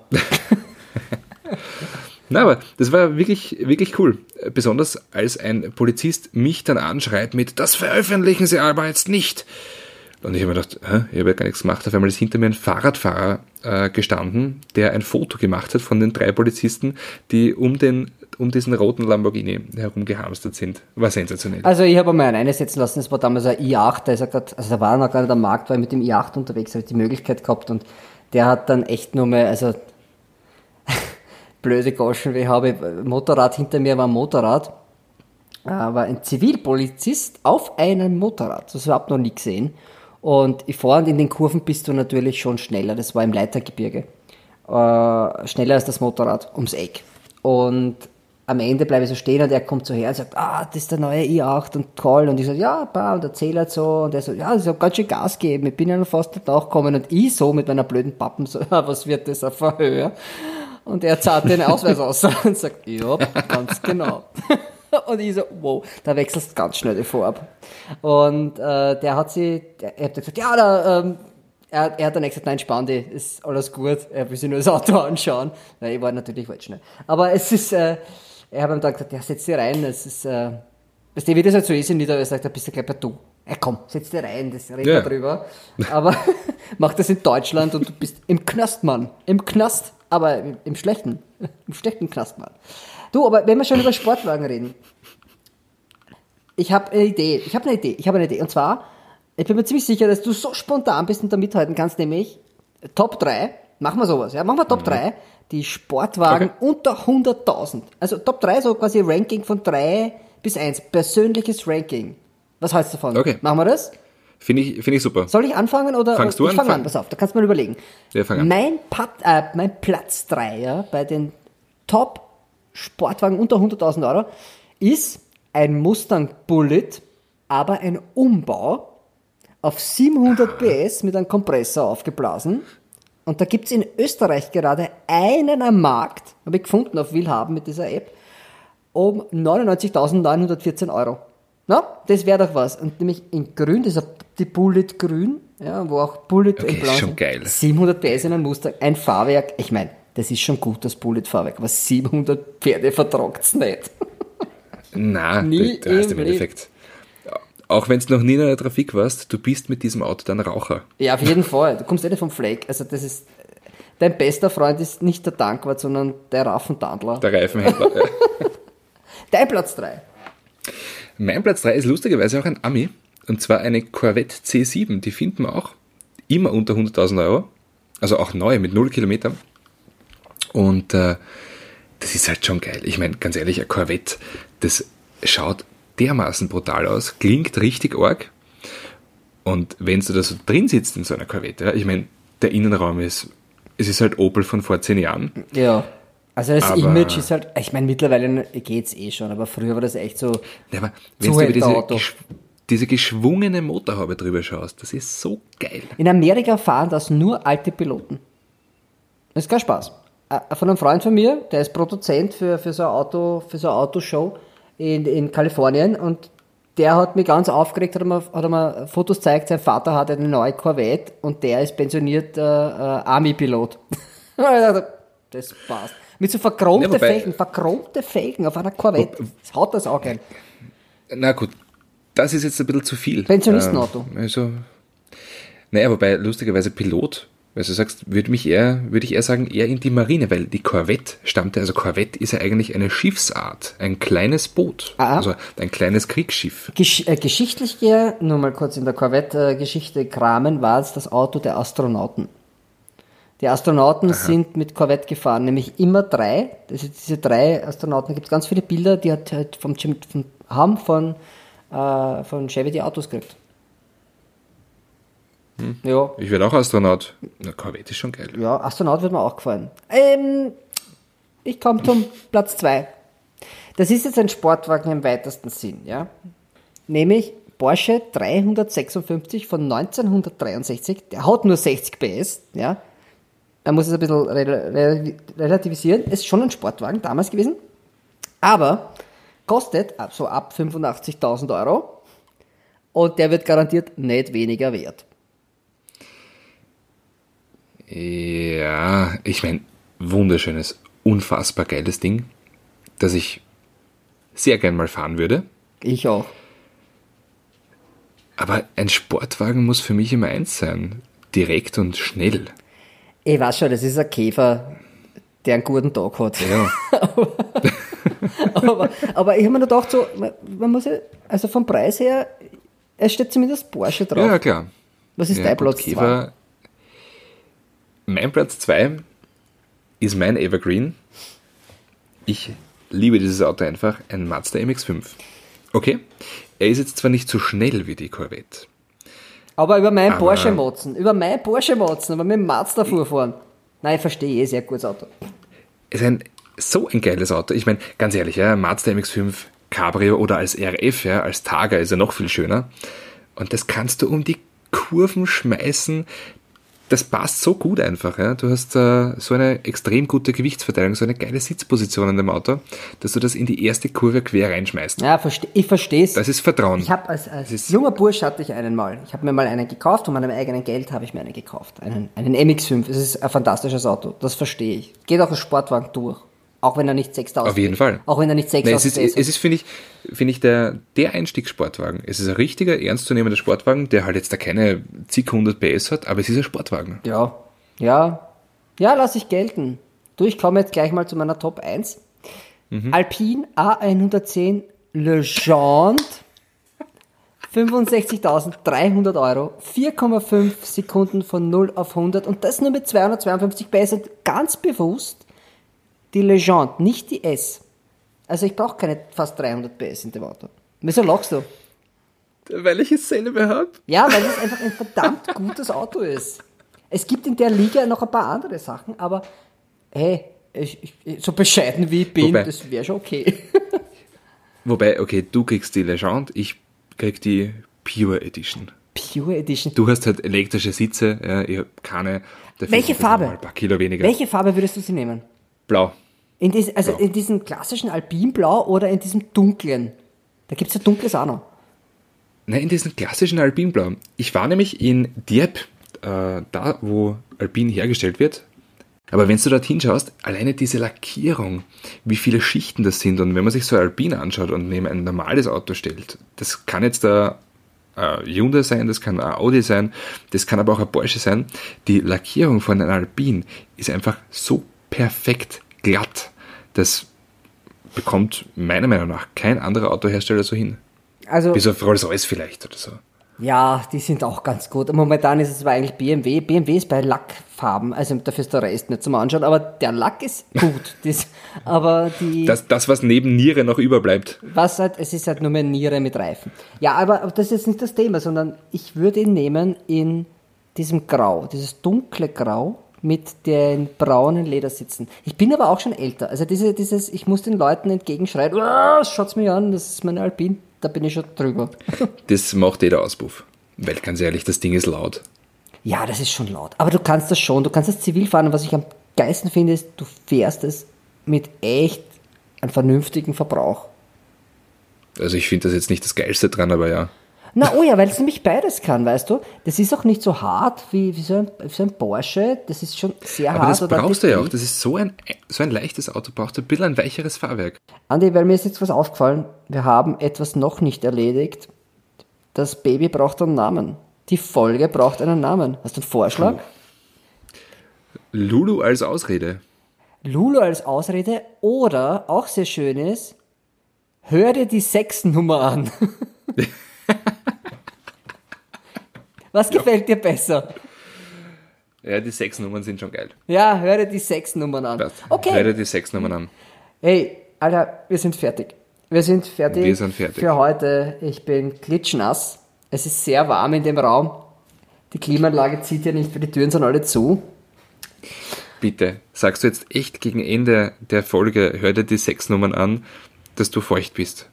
Na, aber das war wirklich, wirklich cool. Besonders als ein Polizist mich dann anschreit mit, das veröffentlichen Sie aber jetzt nicht. Und ich habe mir gedacht, ich habe ja gar nichts gemacht. Auf einmal ist hinter mir ein Fahrradfahrer gestanden, der ein Foto gemacht hat von den 3 Polizisten, die um diesen roten Lamborghini herumgehamstert sind. War sensationell. Also ich habe mal einen einsetzen lassen, das war damals ein i8, da war noch gar nicht am Markt, war ich mit dem i8 unterwegs, habe ich die Möglichkeit gehabt und der hat dann echt nur mal, also blöde Goschen, ich habe Motorrad, hinter mir war ein Motorrad, war ein Zivilpolizist auf einem Motorrad, das habe ich überhaupt noch nie gesehen. Und ich fahre und in den Kurven bist du natürlich schon schneller, das war im Leitergebirge, schneller als das Motorrad ums Eck. Und am Ende bleibe ich so stehen und er kommt so her und sagt, das ist der neue i8 und toll. Und ich sage, ja, und erzähle halt so. Und er so, ja, ich habe ganz schön Gas gegeben, ich bin ja noch fast nicht nachgekommen. Und ich so mit meiner blöden Pappen so, was wird das auf Verhör? Und er zahlt den Ausweis aus und sagt, ja, ganz genau. Und ich so, wow, da wechselst ganz schnell die Farbe. Und er hat gesagt, ja, er hat dann gesagt, nein, spann dich, ist alles gut, er will sich nur das Auto anschauen. Ja, ich war natürlich halt schnell. Aber es ist, er hat ihm dann gesagt, ja, setz dich rein, es ist, weißt du, wie das halt so ist in Niederösterreich, sagt, da bist du gleich bei du. Ja, komm, setz dich rein, das reden wir drüber. Aber mach das in Deutschland und du bist im Knast, Mann. Im Knast, aber im schlechten Knast, Mann. Du, aber wenn wir schon über Sportwagen reden, ich habe eine Idee. Und zwar, ich bin mir ziemlich sicher, dass du so spontan bist und da mithalten kannst, nämlich Top 3, machen wir sowas, ja, machen wir Top 3, die Sportwagen unter 100.000. Also Top 3, so quasi Ranking von 3 bis 1, persönliches Ranking. Was hältst du davon? Okay. Machen wir das? Finde ich super. Soll ich anfangen oder? Fangst du an? Ich fange an, pass auf, da kannst du mal überlegen. Ja, fang an. Mein Platz 3, ja, bei den Top Sportwagen unter 100.000 Euro ist ein Mustang Bullet, aber ein Umbau auf 700 PS mit einem Kompressor aufgeblasen. Und da gibt's in Österreich gerade einen am Markt, habe ich gefunden auf Willhaben mit dieser App, um 99.914 Euro. Na, das wäre doch was. Und nämlich in grün, das ist die Bullet grün, ja, wo auch Bullet Okay, in blau ist schon sind. geil. 700 PS in einem Mustang, ein Fahrwerk. Ich meine, das ist schon gut, das Bullet-Fahrwerk, aber 700 Pferde vertragt's nicht. Nein, Nie du hast im im Endeffekt, auch wenn du noch nie in einer Trafik warst, du bist mit diesem Auto dann Raucher. Ja, auf jeden Fall. Du kommst nicht vom Fleck. Also das ist, dein bester Freund ist nicht der Tankwart, sondern der Raffentandler. Der Reifenhändler. Ja. Dein Platz 3. Mein Platz 3 ist lustigerweise auch ein Ami, und zwar eine Corvette C7. Die finden wir auch immer unter 100.000 Euro, also auch neu mit 0 Kilometern. Und das ist halt schon geil. Ich meine, ganz ehrlich, ein Corvette, das schaut dermaßen brutal aus, klingt richtig arg. Und wenn du da so drin sitzt in so einer Corvette, ja, ich meine, der Innenraum es ist halt Opel von vor 10 Jahren. Ja. Also das Aber- Image ist halt, ich meine, mittlerweile geht's eh schon, aber früher war das echt so, Ja, aber wenn du über Zuhälterauto. diese geschwungene Motorhaube drüber schaust, das ist so geil. in Amerika fahren das nur alte Piloten. Das ist kein Spaß. Von einem Freund von mir, der ist Produzent für so ein Auto, für so eine Autoshow in Kalifornien, und der hat mich ganz aufgeregt, hat er mir Fotos gezeigt, sein Vater hat eine neue Corvette und der ist pensionierter Army-Pilot. Und ich dachte, das passt. Mit so Ja, wobei- verchromte Felgen auf einer Corvette. Das haut das auch ein. Na gut, das ist jetzt ein bisschen zu viel. Pensionistenauto. Also, naja, wobei lustigerweise Pilot, weil du sagst, würde ich eher sagen, eher in die Marine, weil die Corvette stammte, also Corvette ist ja eigentlich eine Schiffsart, ein kleines Boot, Ah. also ein kleines Kriegsschiff. Geschichtlich, nur mal kurz in der Corvette-Geschichte kramen, war es das Auto der Astronauten. Die Astronauten sind mit Corvette gefahren, nämlich immer 3. Diese 3 Astronauten, da gibt es ganz viele Bilder, die hat halt von Chevy die Autos gekriegt. Ja, Ich werde auch Astronaut. Na, Corvette ist schon geil. ja, Astronaut wird mir auch gefallen. Ich komme zum Platz 2. Das ist jetzt ein Sportwagen im weitesten Sinn, ja. Nämlich Porsche 356 von 1963. Der hat nur 60 PS, ja. Man muss es ein bisschen relativisieren. Ist schon ein Sportwagen damals gewesen. Aber kostet so ab 85.000 Euro. Und der wird garantiert nicht weniger wert. Ja, ich meine, wunderschönes, unfassbar geiles Ding, das ich sehr gern mal fahren würde. Ich auch. Aber ein Sportwagen muss für mich immer eins sein. Direkt und schnell. Ich weiß schon, das ist ein Käfer, der einen guten Tag hat. Ja. aber ich habe mir nur gedacht, so, man muss ja, also vom Preis her, es steht zumindest Porsche drauf. Ja, klar. Was ist Ja, dein gut, Platz 2? Käfer. Mein Platz 2 ist mein Evergreen. Ich liebe dieses Auto einfach, ein Mazda MX-5. Okay, er ist jetzt zwar nicht so schnell wie die Corvette. Aber über meinen Aber- Porsche motzen, aber mit dem Mazda vorfahren. Nein, ich verstehe, sehr gutes Auto. Es ist so ein geiles Auto. Ich meine, ganz ehrlich, ja, Mazda MX-5 Cabrio oder als RF, ja, als Targa ist er noch viel schöner. Und das kannst du um die Kurven schmeißen. Das passt so gut einfach. Ja. Du hast so eine extrem gute Gewichtsverteilung, so eine geile Sitzposition in dem Auto, dass du das in die erste Kurve quer reinschmeißt. Ja, ich verstehe es. Das ist Vertrauen. Ich habe als ist- junger Bursch hatte ich einen mal. Ich habe mir mal einen gekauft, von meinem eigenen Geld habe ich mir einen gekauft. Einen MX-5. Es ist ein fantastisches Auto. Das verstehe ich. Geht auch als Sportwagen durch. Auch wenn er nicht 6.000. Auf jeden Fall. Auch wenn er nicht 6.000 Nein, es ist finde ich, der Einstiegssportwagen. Es ist ein richtiger, ernstzunehmender Sportwagen, der halt jetzt da keine zig 100 PS hat, aber es ist ein Sportwagen. Ja. Ja, lass ich gelten. Du, ich komme jetzt gleich mal zu meiner Top 1. Alpine A110 Legende. 65.300 Euro. 4,5 Sekunden von 0 auf 100. Und das nur mit 252 PS. Und ganz bewusst die Legende, nicht die S. Also ich brauche keine fast 300 PS in dem Auto. Wieso lachst du? Weil ich dasselbe habe. Ja, weil es einfach ein verdammt gutes Auto ist. Es gibt in der Liga noch ein paar andere Sachen, aber hey, so bescheiden wie ich bin, Wobei- das wäre schon okay. Wobei, okay, du kriegst die Legende, ich krieg die Pure Edition. Pure Edition. Du hast halt elektrische Sitze, ja, ich habe keine. Welche Farbe? Ein paar Kilo weniger. Welche Farbe würdest du sie nehmen? Blau. In diesem klassischen Alpinblau oder in diesem dunklen? Da gibt es ja dunkles auch noch. Nein, in diesem klassischen Alpinblau. Ich war nämlich in Dieppe, da wo Alpin hergestellt wird. Aber wenn du dorthin schaust, alleine diese Lackierung, wie viele Schichten das sind, und wenn man sich so Alpin anschaut und neben ein normales Auto stellt, das kann jetzt der Hyundai sein, das kann ein Audi sein, das kann aber auch ein Porsche sein. Die Lackierung von einem Alpin ist einfach so perfekt glatt. Das bekommt meiner Meinung nach kein anderer Autohersteller so hin. Also, Bis auf Rolls-Royce vielleicht oder so. ja, die sind auch ganz gut. Momentan ist es aber eigentlich BMW. BMW ist bei Lackfarben, also dafür ist der Rest nicht zum Anschauen, aber der Lack ist gut. Aber Das, was neben Niere noch überbleibt. es ist halt nur mehr Niere mit Reifen. Ja, aber das ist jetzt nicht das Thema, sondern ich würde ihn nehmen in diesem Grau, dieses dunkle Grau mit den braunen Ledersitzen. Ich bin aber auch schon älter. Also ich muss den Leuten entgegenschreien, schaut's mir an, das ist meine Alpin, da bin ich schon drüber. Das macht jeder Auspuff. Weil ganz ehrlich, das Ding ist laut. Ja, das ist schon laut. Aber du kannst das schon, du kannst das zivil fahren und was ich am geilsten finde, ist, du fährst es mit echt einem vernünftigen Verbrauch. Also ich finde das jetzt nicht das Geilste dran, aber ja. Na, oh ja, weil es nämlich beides kann, weißt du? Das ist auch nicht so hart wie so ein Porsche, das ist schon sehr aber hart. das brauchst du ja auch, das ist so ein leichtes Auto, braucht ein bisschen ein weicheres Fahrwerk. Andi, weil mir ist jetzt was aufgefallen, wir haben etwas noch nicht erledigt. Das Baby braucht einen Namen. Die Folge braucht einen Namen. Hast du einen Vorschlag? Lulu als Ausrede. Lulu als Ausrede oder, auch sehr schön ist, hör dir die Sexnummer an. Was gefällt dir besser? Ja, die 6 Nummern sind schon geil. Ja, hör dir die Sexnummern an. Passt. Okay. Hör dir die 6 Nummern an. Hey, Alter, wir sind fertig. Wir sind fertig fertig. für heute. Ich bin klitschnass. Es ist sehr warm in dem Raum. Die Klimaanlage zieht ja nicht, weil die Türen sind alle zu. Bitte, sagst du jetzt echt gegen Ende der Folge, hör dir die 6 Nummern an, dass du feucht bist?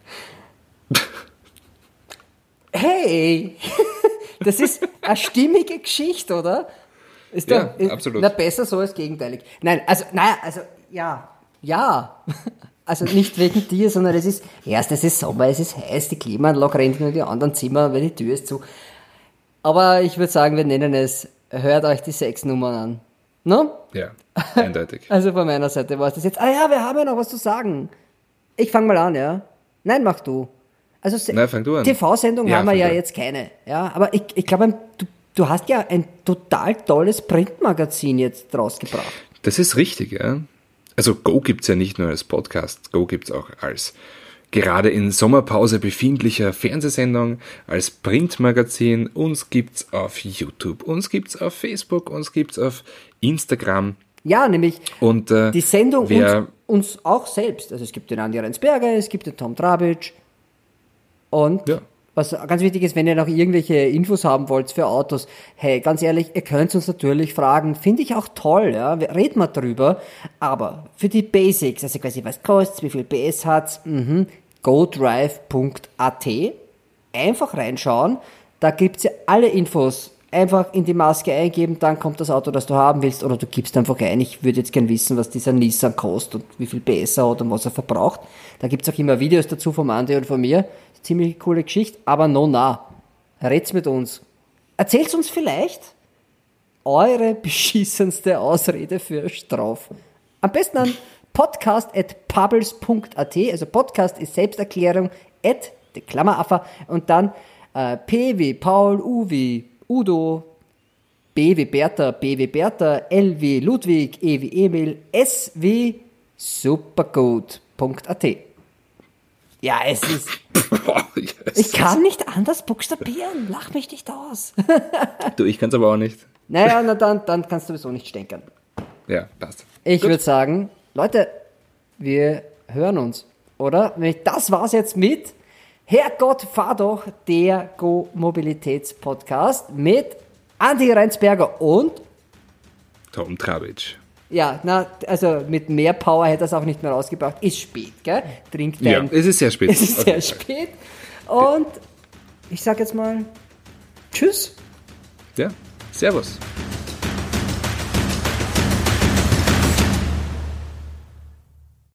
Hey, das ist eine stimmige Geschichte, oder? Ist Ja, absolut. Na, besser so als gegenteilig. Ja. Also nicht wegen dir, sondern es ist Sommer, es ist heiß, die Klimaanlage rennt in die anderen Zimmer, weil die Tür ist zu. Aber ich würde sagen, wir nennen es, hört euch die 6 Nummern an. No? Ja, eindeutig. Also von meiner Seite war es das jetzt. Ah ja, wir haben ja noch was zu sagen. Ich fange mal an, ja? Nein, mach du. Also Nein, fang du an. TV-Sendung Ja, haben wir fang ja du. jetzt keine. Ja, aber ich glaube, du hast ja ein total tolles Printmagazin jetzt rausgebracht. Das ist richtig, ja. Also Go gibt's ja nicht nur als Podcast, Go gibt's auch als gerade in Sommerpause befindlicher Fernsehsendung, als Printmagazin. Uns gibt's auf YouTube, uns gibt's auf Facebook, uns gibt's auf Instagram. Ja, nämlich Und die Sendung wer uns auch selbst. Also es gibt den Andi Reinsberger, es gibt den Tom Trabitsch. Und Ja. was ganz wichtig ist, wenn ihr noch irgendwelche Infos haben wollt für Autos, hey, ganz ehrlich, ihr könnt uns natürlich fragen, finde ich auch toll, ja, reden wir drüber, aber für die Basics, also quasi was kostet's, wie viel PS hat's, godrive.at, einfach reinschauen, da gibt's ja alle Infos, einfach in die Maske eingeben, dann kommt das Auto, das du haben willst, oder du gibst einfach ein, ich würde jetzt gern wissen, was dieser Nissan kostet und wie viel PS er hat und was er verbraucht. Da gibt's auch immer Videos dazu vom Andi und von mir. Ziemlich coole Geschichte, aber red's mit uns. Erzählt's uns vielleicht eure beschissenste Ausrede für Strauf. Am besten an podcast@pubbles.at, also Podcast ist Selbsterklärung, die Klammeraffer, und dann P wie Paul, U wie Udo, B wie Bertha, L wie Ludwig, E wie Emil, S wie supergut.at. Ja, es ist... Ich kann nicht anders buchstabieren. Lach mich nicht aus. Du, ich kann's aber auch nicht. Naja, dann kannst du sowieso nicht stänkern. Ja, passt. Ich würde sagen, Leute, wir hören uns, oder? Das war's jetzt mit Herrgott, fahr doch, der Go-Mobilitäts-Podcast mit Andi Reinsberger und Tom Trabitsch. ja, also mit mehr Power hätte er es auch nicht mehr rausgebracht. Ist spät, gell? Trinkt dein... Ja, es ist sehr spät. Es ist sehr spät. Und ich sag jetzt mal, Tschüss. Ja, servus.